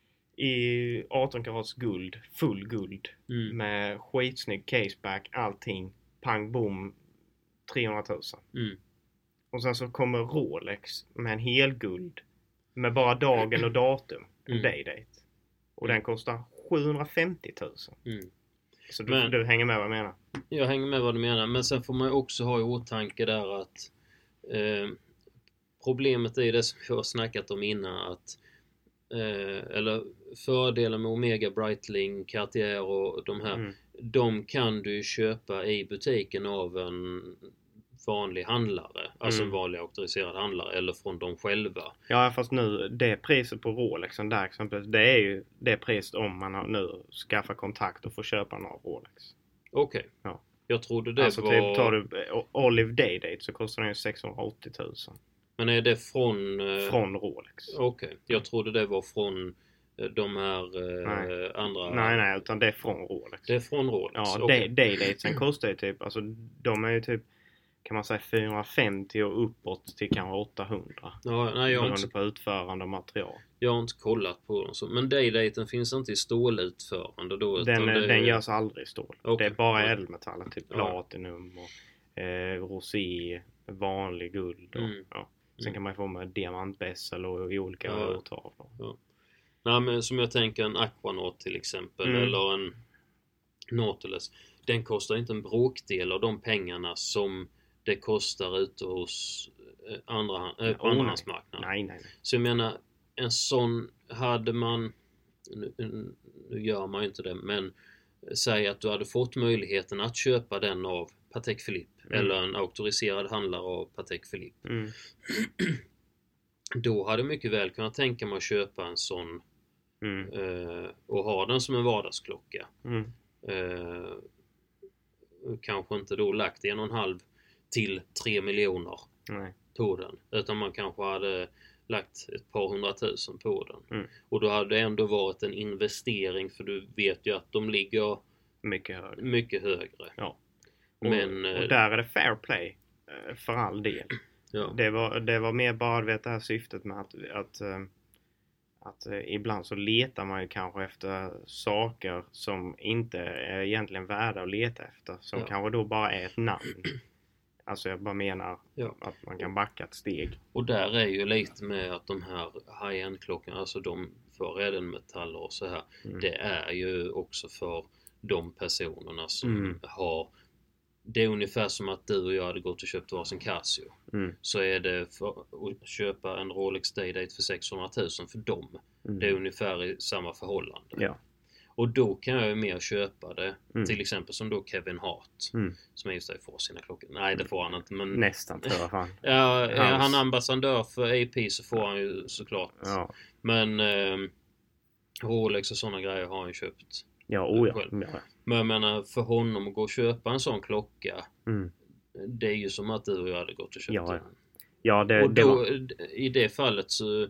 i arton karats guld, full guld. mm, Med skitsnygg caseback, allting. Pang bom, trehundratusen. mm, Och sen så kommer Rolex med en hel guld. Med bara dagen och datum. En Mm. day-date. Och den kostar sjuhundrafemtiotusen. mm. Så du, Men- du hänger med vad jag menar? Jag hänger med vad du menar. Men sen får man ju också ha i åtanke där att eh, problemet är det som vi har snackat om innan att eh, eller fördelen med Omega, Breitling, Cartier och de här Mm. de kan du köpa i butiken av en vanlig handlare. Alltså Mm. en vanlig auktoriserad handlare. Eller från dem själva. Ja, fast nu, det priset på Rolexen där exempelvis, det är ju det priset om man har nu skaffar kontakt och får köpa en av Rolex. Okej. Okay. Ja. Jag trodde det alltså, var... typ tar du Olive Day-Date så kostar den ju sexhundraåttio tusen. Men är det från... Eh... Från Rolex. Okej. Okay. Jag trodde det var från de här eh, nej. andra... Nej, nej, utan det är från Rolex. Det är från Rolex? Ja, okay. Day-Datesen kostar ju typ, alltså de är ju typ, kan man säga fyrahundrafemtio och uppåt till kanske åttahundra. Ja, nej, jag har inte... på utförande och material. Jag har inte kollat på dem så. Men Day-Daten finns inte i stålutförande då? Den, det... den görs aldrig i stål. Okay. Det är bara ja. ädelmetaller, typ ja. platinum och eh, rosé, vanlig guld och, mm. ja. Sen mm. kan man få med diamantbässel och i olika ja. årtavlor. Ja. Nej, men som jag tänker en Aquanaut till exempel mm. eller en Nautilus. Den kostar inte en bråkdel av de pengarna som det kostar ute hos andra, äh, på oh, andrahandsmarknaden. Nej, nej, nej. Så jag menar, en sån hade man, nu, nu gör man ju inte det, men säg att du hade fått möjligheten att köpa den av Patek Philippe mm. eller en auktoriserad handlare av Patek Philippe. Mm. Då hade jag mycket väl kunnat tänka mig att köpa en sån mm. eh, och ha den som en vardagsklocka. Mm. Eh, kanske inte då lagt en och en halv till tre miljoner Nej. på den. Utan man kanske hade lagt ett par hundratusen på den. Mm. Och då hade det ändå varit en investering, för du vet ju att de ligger mycket högre. Mycket högre. Ja. Och, Men, och där är det fair play för all del. Ja. Det, var, det var mer bara vet, det här syftet med att, att, att, att ibland så letar man ju kanske efter saker som inte är egentligen värda att leta efter. Som ja. kanske då bara är ett namn. Alltså jag bara menar ja. att man kan backa ett steg. Och där är ju lite med att de här high-end klockorna, alltså de för ädelmetaller och så här. Mm. Det är ju också för de personerna som mm. har... Det är ungefär som att du och jag hade gått och köpt varsin Casio. Mm. Så är det för att köpa en Rolex Day-Date för sexhundratusen för dem. Mm. Det är ungefär i samma förhållande. Ja. Och då kan jag ju mer köpa det. Mm. Till exempel som då Kevin Hart. Mm. Som just får sina klockor. Nej, det får han inte. Men... Nästan tror jag fan. Ja, är han ambassadör för A P så får han ju såklart. Ja. Men eh, Rolex och sådana grejer har han ju köpt. Ja, oh ja. ja. Men jag menar, för honom att gå och köpa en sån klocka. Mm. Det är ju som att du och jag hade gått och köpt ja, den. Ja, ja det, och då, det var... i det fallet så,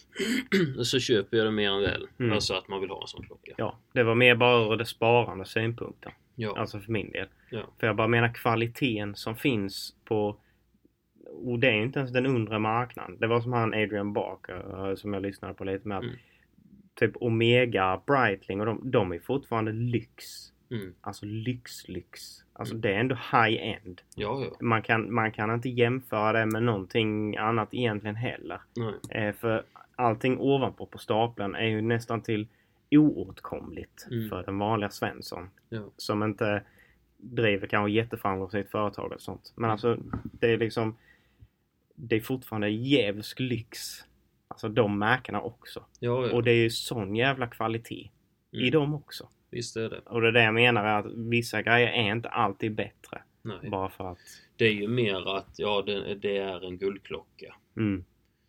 så köper jag det mer än väl. Mm. Alltså att man vill ha en sån klocka. Ja, det var mer bara det sparande synpunkten. Ja. Alltså för min del. Ja. För jag bara menar kvaliteten som finns på... Och det är ju inte ens den undre marknaden. Det var som han Adrian Barker som jag lyssnade på lite med. Mm. Typ Omega, Breitling och de, de är fortfarande lyx. Mm. Alltså lyx, lyx. Alltså Mm. det är ändå high-end. Ja, ja. Man kan, man kan inte jämföra det med någonting annat egentligen heller. Nej. Eh, för allting ovanpå på stapeln är ju nästan till oåtkomligt Mm. för den vanliga Svensson. Ja. Som inte driver kanske jätteframgångsrikt företag och sånt. Men alltså det är liksom det är fortfarande jävsk lyx. Alltså de märkena också. Ja, ja. Och det är ju sån jävla kvalitet Mm. i dem också. Visst är det. Och det är det jag menar är att vissa grejer är inte alltid bättre. Nej. Bara för att... Det är ju mer att ja, det, det är en guldklocka. Mm.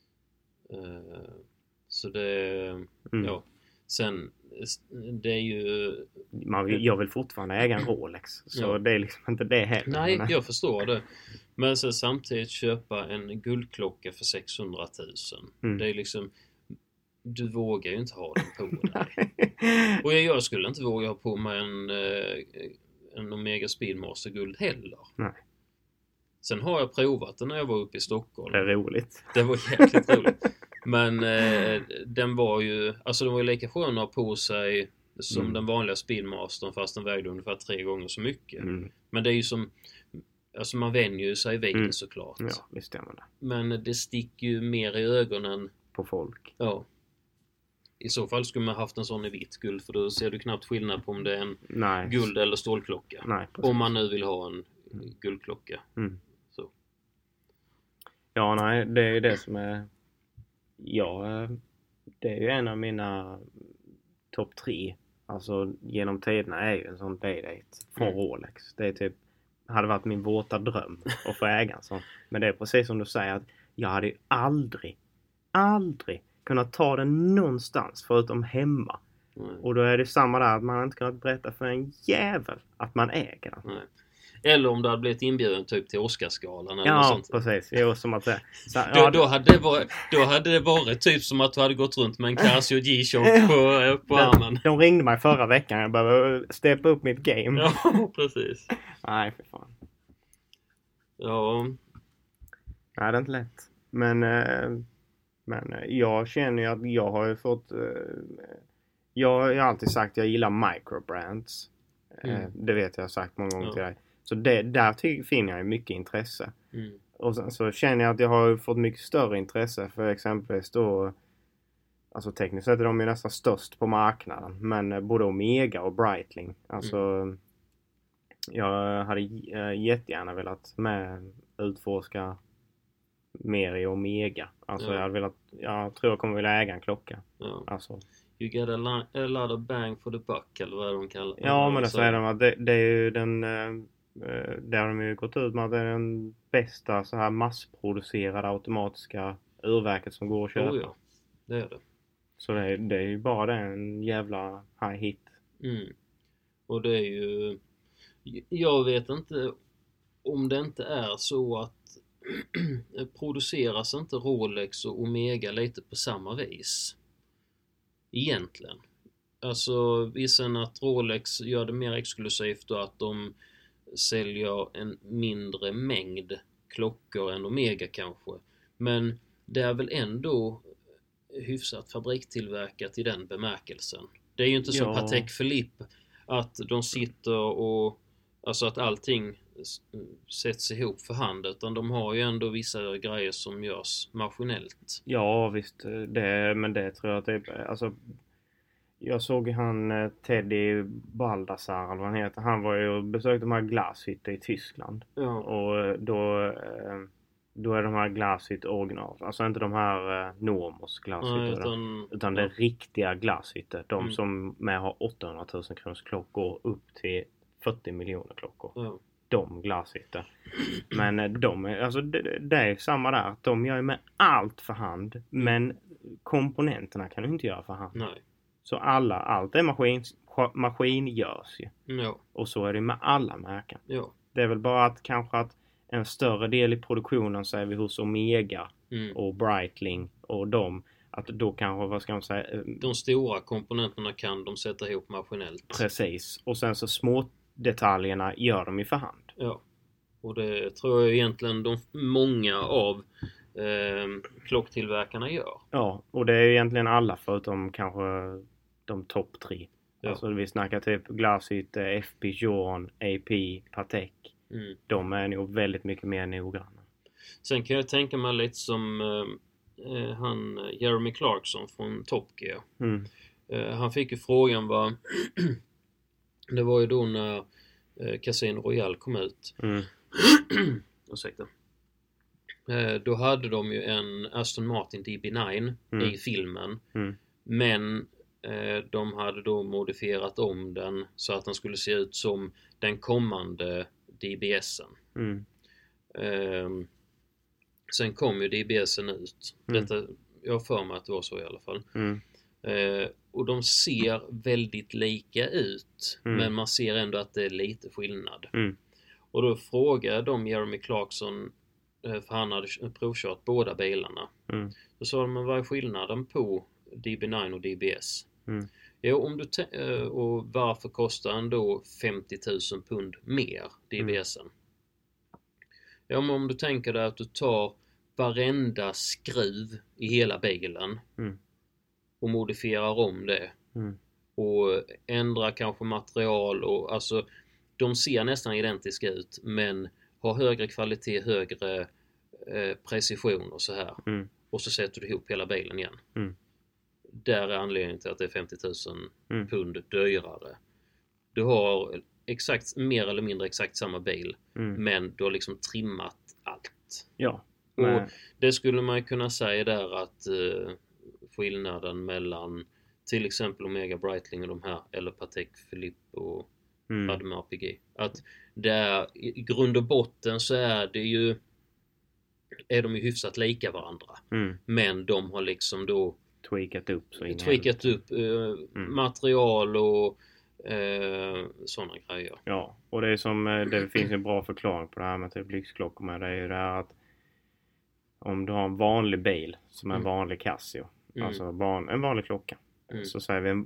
Uh, så det... Mm. Ja. Sen, det är ju... Man vill, jag vill fortfarande äga en Rolex. Så Ja. det är liksom inte det heller. Nej, men... jag förstår det. Men sen samtidigt köpa en guldklocka för sexhundratusen. Mm. Det är liksom... Du vågar ju inte ha den på dig. Och jag, jag skulle inte våga ha på mig en, en Omega Speedmaster guld heller. Nej. Sen har jag provat den när jag var uppe i Stockholm. Det är roligt. Det var jäkligt roligt. Men eh, den var ju... Alltså den var ju lika skön att ha på sig som Mm. den vanliga Speedmastern, fast den vägde ungefär tre gånger så mycket. Mm. Men det är ju som... Alltså man vänjer ju sig vid Mm. det såklart. Ja, det stämmer det. Men det sticker ju mer i ögonen. På folk. Ja. I så fall skulle man haft en sån i vitt guld, för då ser du knappt skillnad på om det är en Nej. guld- eller stålklocka. Nej, precis. Om man nu vill ha en guldklocka. Mm. Så. Ja, nej, det är ju det som är... Ja, det är ju en av mina topp tre. Alltså genom tiderna är ju en sån Day-Date från Mm. Rolex. Det är typ hade varit min våta dröm att få äga en sån. Men det är precis som du säger att jag hade ju aldrig, aldrig kunnat ta den någonstans förutom hemma. Nej. Och då är det samma där att man inte kunnat berätta för en jävel att man äger den. Nej. Eller om du hade blivit inbjuden typ till Oscarsgalan eller Ja, något sånt. precis. Jo, som att säga. Så, Då, ja, då, hade det varit, då hade det varit typ som att du hade gått runt med en Casio G-Shock på, på armen. de, de ringde mig förra veckan. Jag behöver steppa upp mitt game. Ja, precis. Nej, för fan. Ja. Nej, det är inte lätt. Men, eh, men jag känner ju att jag har ju fått... Eh, jag har ju alltid sagt att jag gillar microbrands. Eh, Mm. Det vet jag sagt många gånger Ja. till dig. Så det, där ty- finner jag mycket intresse. Mm. Och sen så känner jag att jag har fått mycket större intresse för exempelvis då... Alltså tekniskt sett är de ju nästan störst på marknaden. Men eh, både Omega och Breitling. Alltså... Mm. Jag hade äh, jättegärna velat med utforska mer i Omega. Alltså Ja. jag hade velat, jag tror jag kommer vilja äga en klocka. Ja. Alltså, You get a, li- a lot of bang for the buck eller vad de kallar det. ja, men det så säger de att det, det är ju den, äh, där har de ju gått ut med att det är den bästa så här massproducerade automatiska urverket som går att köpa. Oh, ja. Det är det. Så det är, det är ju bara det, en jävla high hit. Mm. Och det är ju... Jag vet inte om det inte är så att produceras inte Rolex och Omega lite på samma vis? Egentligen. Alltså visst att Rolex gör det mer exklusivt och att de säljer en mindre mängd klockor än Omega kanske. Men det är väl ändå hyfsat fabriktillverkat i den bemärkelsen. Det är ju inte som Ja. Patek Philippe att de sitter och alltså att allting sätts ihop för hand, utan de har ju ändå vissa grejer som görs maskinellt. Ja visst, det, men det tror jag att det är, alltså jag såg han eh, Teddy Baldassar eller vad han heter. Han var ju och besökte de här glashytter i Tyskland. Ja. Och då, eh, då är de här glashytt original. Alltså inte de här eh, Normos glashytter. Nej, utan, utan, utan ja. det riktiga glashytter. De Mm. som med har åttahundratusen kronors klockor upp till fyrtio miljoner klockor. Ja. De glashytter. Men eh, de är, alltså det, det är samma där. De gör ju med allt för hand. Men komponenterna kan du inte göra för hand. Nej. Så alla, allt är maskin, maskingörs ju. Ja. Och så är det med alla märken. Ja. Det är väl bara att kanske att en större del i produktionen säger vi hos Omega Mm. och Breitling och dem. Att då kanske, vad ska man säga? eh, De stora komponenterna kan de sätta ihop maskinellt. Precis. Och sen så små detaljerna gör de ju för hand. Ja. Och det tror jag egentligen de många av eh, klocktillverkarna gör. Ja, och det är ju egentligen alla förutom kanske de topp tre. Ja. Alltså vi snackar typ Glashytte, F P Journe, A P, Patek. Mm. De är nog väldigt mycket mer noggranna. Sen kan jag tänka mig lite som eh, han Jeremy Clarkson från Top Gear. Mm. Eh, han fick ju frågan vad det var ju då när eh, Casino Royale kom ut. Mm. Ursäkta. Eh, då hade de ju en Aston Martin D B nio Mm. i filmen. Mm. Men eh, de hade då modifierat om den så att den skulle se ut som den kommande D B S'en. Mm. Eh, sen kom ju D B S'en ut. Mm. Detta, jag har för mig att det var så i alla fall. Mm. Eh, och de ser väldigt lika ut. Mm. Men man ser ändå att det är lite skillnad. Mm. Och då frågade de Jeremy Clarkson, eh, för han hade provkört båda bilarna. Mm. Då sa de, men vad är skillnaden på D B nio och D B S? Mm. Ja, om du te- eh, och varför kostar den då femtio tusen pund mer, D B S'en? Mm. Ja, men om du tänker dig att du tar varenda skruv i hela bilen Mm. och modifierar om det Mm. och ändrar kanske material och alltså de ser nästan identiska ut men har högre kvalitet, högre eh, precision och så här. Mm. Och så sätter du ihop hela bilen igen. Mm. Där är anledningen till att det är femtio tusen Mm. pund dyrare. Du har exakt, mer eller mindre exakt samma bil. Mm. Men du har liksom trimmat allt. Ja. Och Men, det skulle man kunna säga där att eh, skillnaden mellan till exempel Omega Breitling och de här eller Patek Philippe och Mm. Adme R P G. Att där i grund och botten så är det ju är de ju hyfsat lika varandra. Mm. Men de har liksom då tweakat upp så tweakat upp eh, mm. material och eh, sådana grejer. Ja, och det är som det finns en bra förklaring på det här med typ lyxklockor med. Det är ju det här att om du har en vanlig bil som är en Mm. vanlig Casio, Mm. alltså van, en vanlig klocka, Mm. så säger vi en,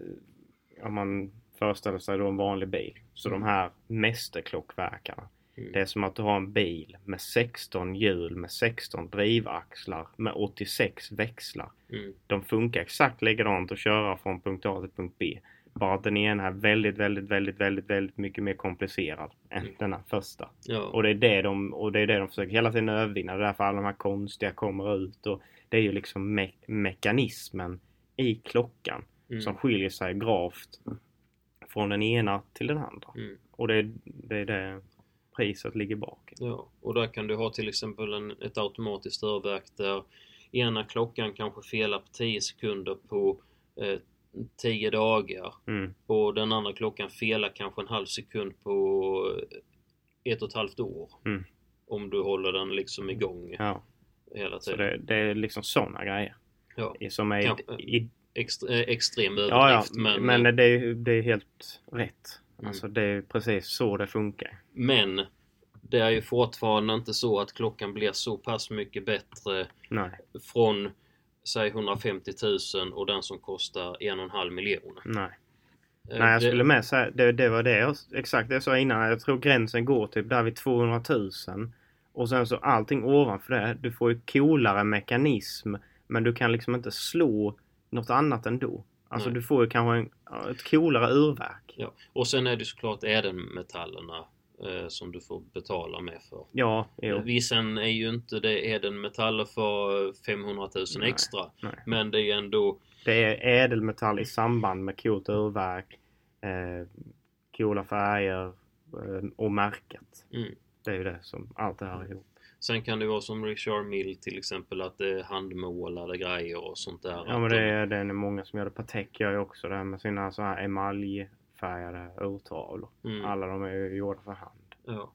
eh, om man föreställer sig då en vanlig bil, så Mm. de här mästerklockverkarna, Mm. det är som att du har en bil med sexton hjul, med sexton drivaxlar, med åttiosex växlar. Mm. De funkar exakt likadant att köra från punkt A till punkt B. Bara att den ena är väldigt, väldigt, väldigt, väldigt, väldigt mycket mer komplicerad än Mm. den här första. Ja. Och det är det de, och det är det de försöker hela tiden övervinna. Det är därför alla de här konstiga kommer ut. Och det är ju liksom me- mekanismen i klockan Mm. som skiljer sig gravt från den ena till den andra. Mm. Och det är det, är det priset ligger bak. Ja, och där kan du ha till exempel en, ett automatiskt rörverk där ena klockan kanske felar på tio sekunder på eh, tio dagar. Mm. Och den andra klockan felar kanske en halv sekund på ett och ett halvt år. Mm. Om du håller den liksom igång Ja. hela Så tiden. det, det är liksom sådana grejer. Ja. Som är Kanske. i, Extre, eh, extrem överdrift. ja, ja, men, men det är, det är helt rätt. Mm. Alltså det är precis så det funkar. men det är ju fortfarande inte så att klockan blir så pass mycket bättre Nej, från säg hundrafemtio tusen och den som kostar en och en halv miljon. nej. Eh, Nej, jag det- skulle med säga, det, det var det jag, exakt det jag sa innan. Jag tror gränsen går typ där vid tvåhundratusen. Och sen så allting ovanför det, du får ju coolare mekanism. Men du kan liksom inte slå något annat ändå. Alltså Nej. du får ju kanske en, ja, ett coolare urverk. Ja. Och sen är det såklart ädelmetallerna eh, som du får betala med för. Ja, jo. Vissen är ju inte det ädelmetaller för femhundratusen Nej, extra. nej. Men det är ju ändå Det är ädelmetall i samband med coolt urverk. Eh, coola färger eh, och märket. mm. Det är ju det som allt det här är ihop. Sen kan det vara som Richard Mill till exempel, att det är handmålade grejer och sånt där. Ja, Att men det de- är, det är många som gör det. Patek gör ju också det här med sina så här emaljfärgade urtavlor. Mm. Alla de är ju gjorda för hand. Ja,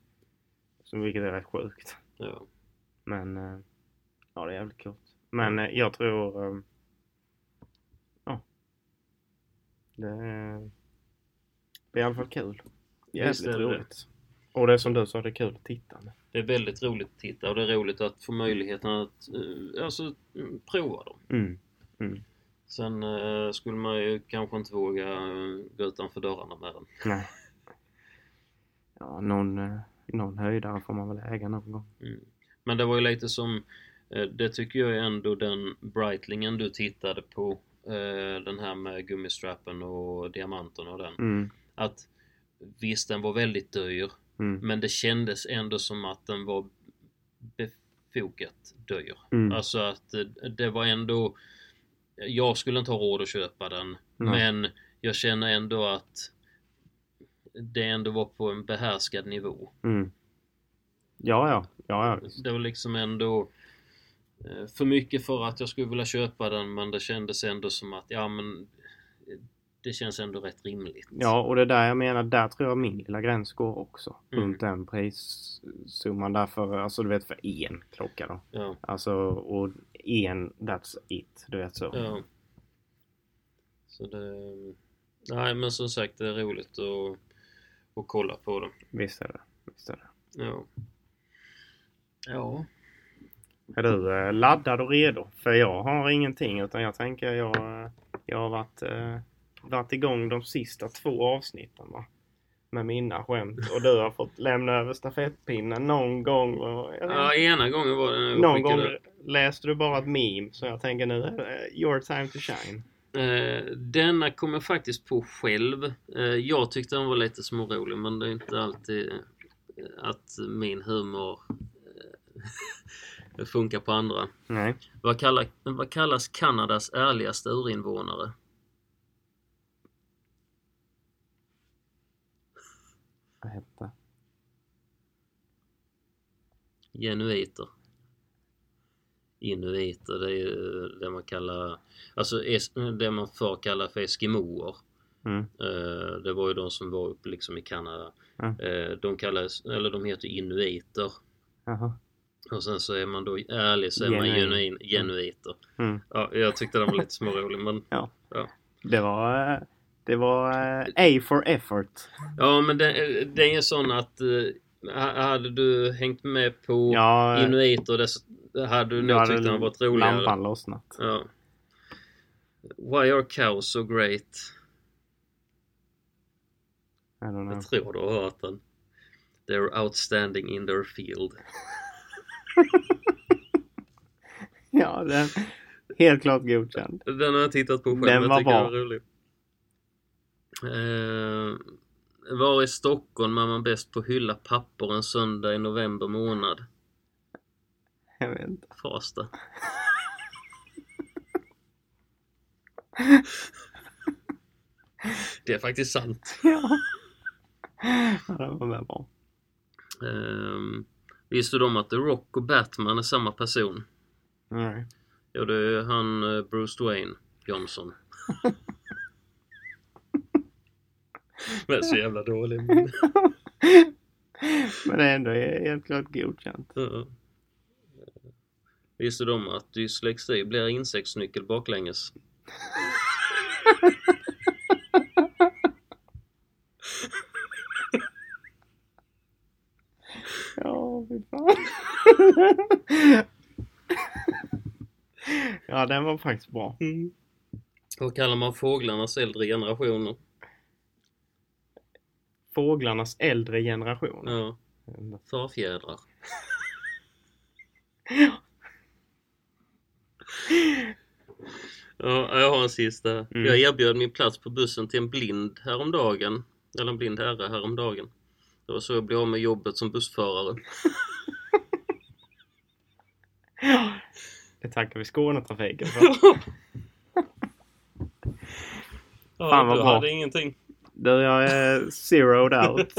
Så vilket är rätt sjukt. ja. Men eh, ja, det är jävligt coolt. Men eh, jag tror eh, ja, det är, det är i alla fall kul. Visst Jävligt är det det. roligt. Och det är som du sa, det är kul att titta med. Det är väldigt roligt att titta och det är roligt att få möjligheten att eh, alltså, mm, prova dem. Mm. Mm. Sen eh, skulle man ju kanske inte våga eh, gå utanför dörrarna med den. Nej. Ja, någon, eh, någon höjdare får man väl äga någon gång. Mm. Men det var ju lite som, eh, det tycker jag är ändå den Breitlingen du tittade på, eh, den här med gummistrappen och diamanterna och den. Mm. Att visst, den var väldigt dyr, Mm. men det kändes ändå som att den var befogat dyr. Mm. Alltså att eh, det var ändå, jag skulle inte ha råd att köpa den, Nej. men jag känner ändå att det ändå var på en behärskad nivå. Mm. Ja, ja. Ja, ja. Det var liksom ändå eh, för mycket för att jag skulle vilja köpa den, men det kändes ändå som att ja, men eh, det känns ändå rätt rimligt. Ja, och det där jag menar, där tror jag min lilla gräns går också. Mm. Runt den prissumman därför, alltså du vet, för en klocka då. Ja, Alltså, och en, that's it, du vet så. ja. Så det, nej, men som sagt, det är roligt att, att kolla på det. Visst är det, visst är det. Ja. Ja. Är du eh, laddad och redo? För jag har ingenting, utan jag tänker jag, eh, jag har varit, eh, varit igång de sista två avsnitten, va? Med mina skämt. Och du har fått lämna över stafettpinnen någon gång. Och, jag vet Ja, ena gången var det när jag någon skickade- gång läste du bara ett meme, så jag tänker nu är det your time to shine. Eh, denna kom jag faktiskt på själv. Eh, jag tyckte den var lite smårolig, men det är inte alltid eh, att min humor eh, funkar på andra. Nej. Vad, kallar, vad kallas Kanadas ärligaste urinvånare? Vad hette? Genuiter. Inuiter, det är ju det man kallar, alltså es- det man får kalla för eskimoer. Mm. Eh, det var ju de som var uppe liksom i Kanada. Mm. Eh, de kallas, eller de heter inuiter. Jaha. Och sen så är man då ärlig, så är man Genuin. genuin, genuiter. Mm. Ja, jag tyckte den var lite smårolig, men Ja. ja. Det var... eh, Det var eh, A for effort. Ja, men det, det är sån att eh, hade du hängt med på Ja, eh, inuiter, det hade du då nog hade tyckt den varit roligare. lampan lossnat. Ja. Why are cows so great? I don't know. Jag tror du har hört den. They're outstanding in their field. Ja, den helt klart godkänd. Den har jag tittat på själv. Den Jag var tycker bra. den var rolig. Eh, var i Stockholm är man bäst på att hylla papper en söndag i november månad? Jag vet inte. Fasta. Det är faktiskt sant. Ja. Ja, det var väl bra. Um, visste du om att The Rock och Batman är samma person? Nej. Ja, det är han uh, Bruce Dwayne Johnson. Men så jävla dålig. Men det är ändå helt klart godkänt. Uh, visste du om att dyslexi blir insektsnyckel baklänges? Ja, fy fan. Ja, den var faktiskt bra. Mm. Vad kallar man fåglarnas äldre generationer? Fåglarnas äldre generation. Ja, förfjädrar. Ja, jag har en sista. Mm. Jag erbjöd min plats på bussen till en blind häromdagen. Eller en blind herre häromdagen. Det var så jag blev av med jobbet som bussförare. Det tackar vi Skånetrafiken för. Ja, Fan vad du bra. hade ingenting. Du, jag är zeroed out.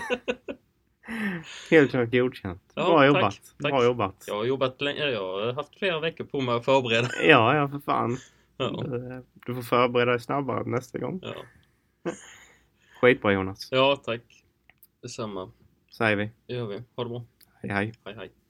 Helt klart godkänt. Ja, Bra tack, jobbat. tack. Bra jobbat. Jag har jobbat länge. Jag har haft flera veckor på mig att förbereda. Ja, ja för fan. Ja. Du, du får förbereda dig snabbare nästa gång. Ja, Skitbra Jonas. ja tack. Detsamma. Säger vi. Det gör vi. Ha det bra. Hej hej. Hej hej.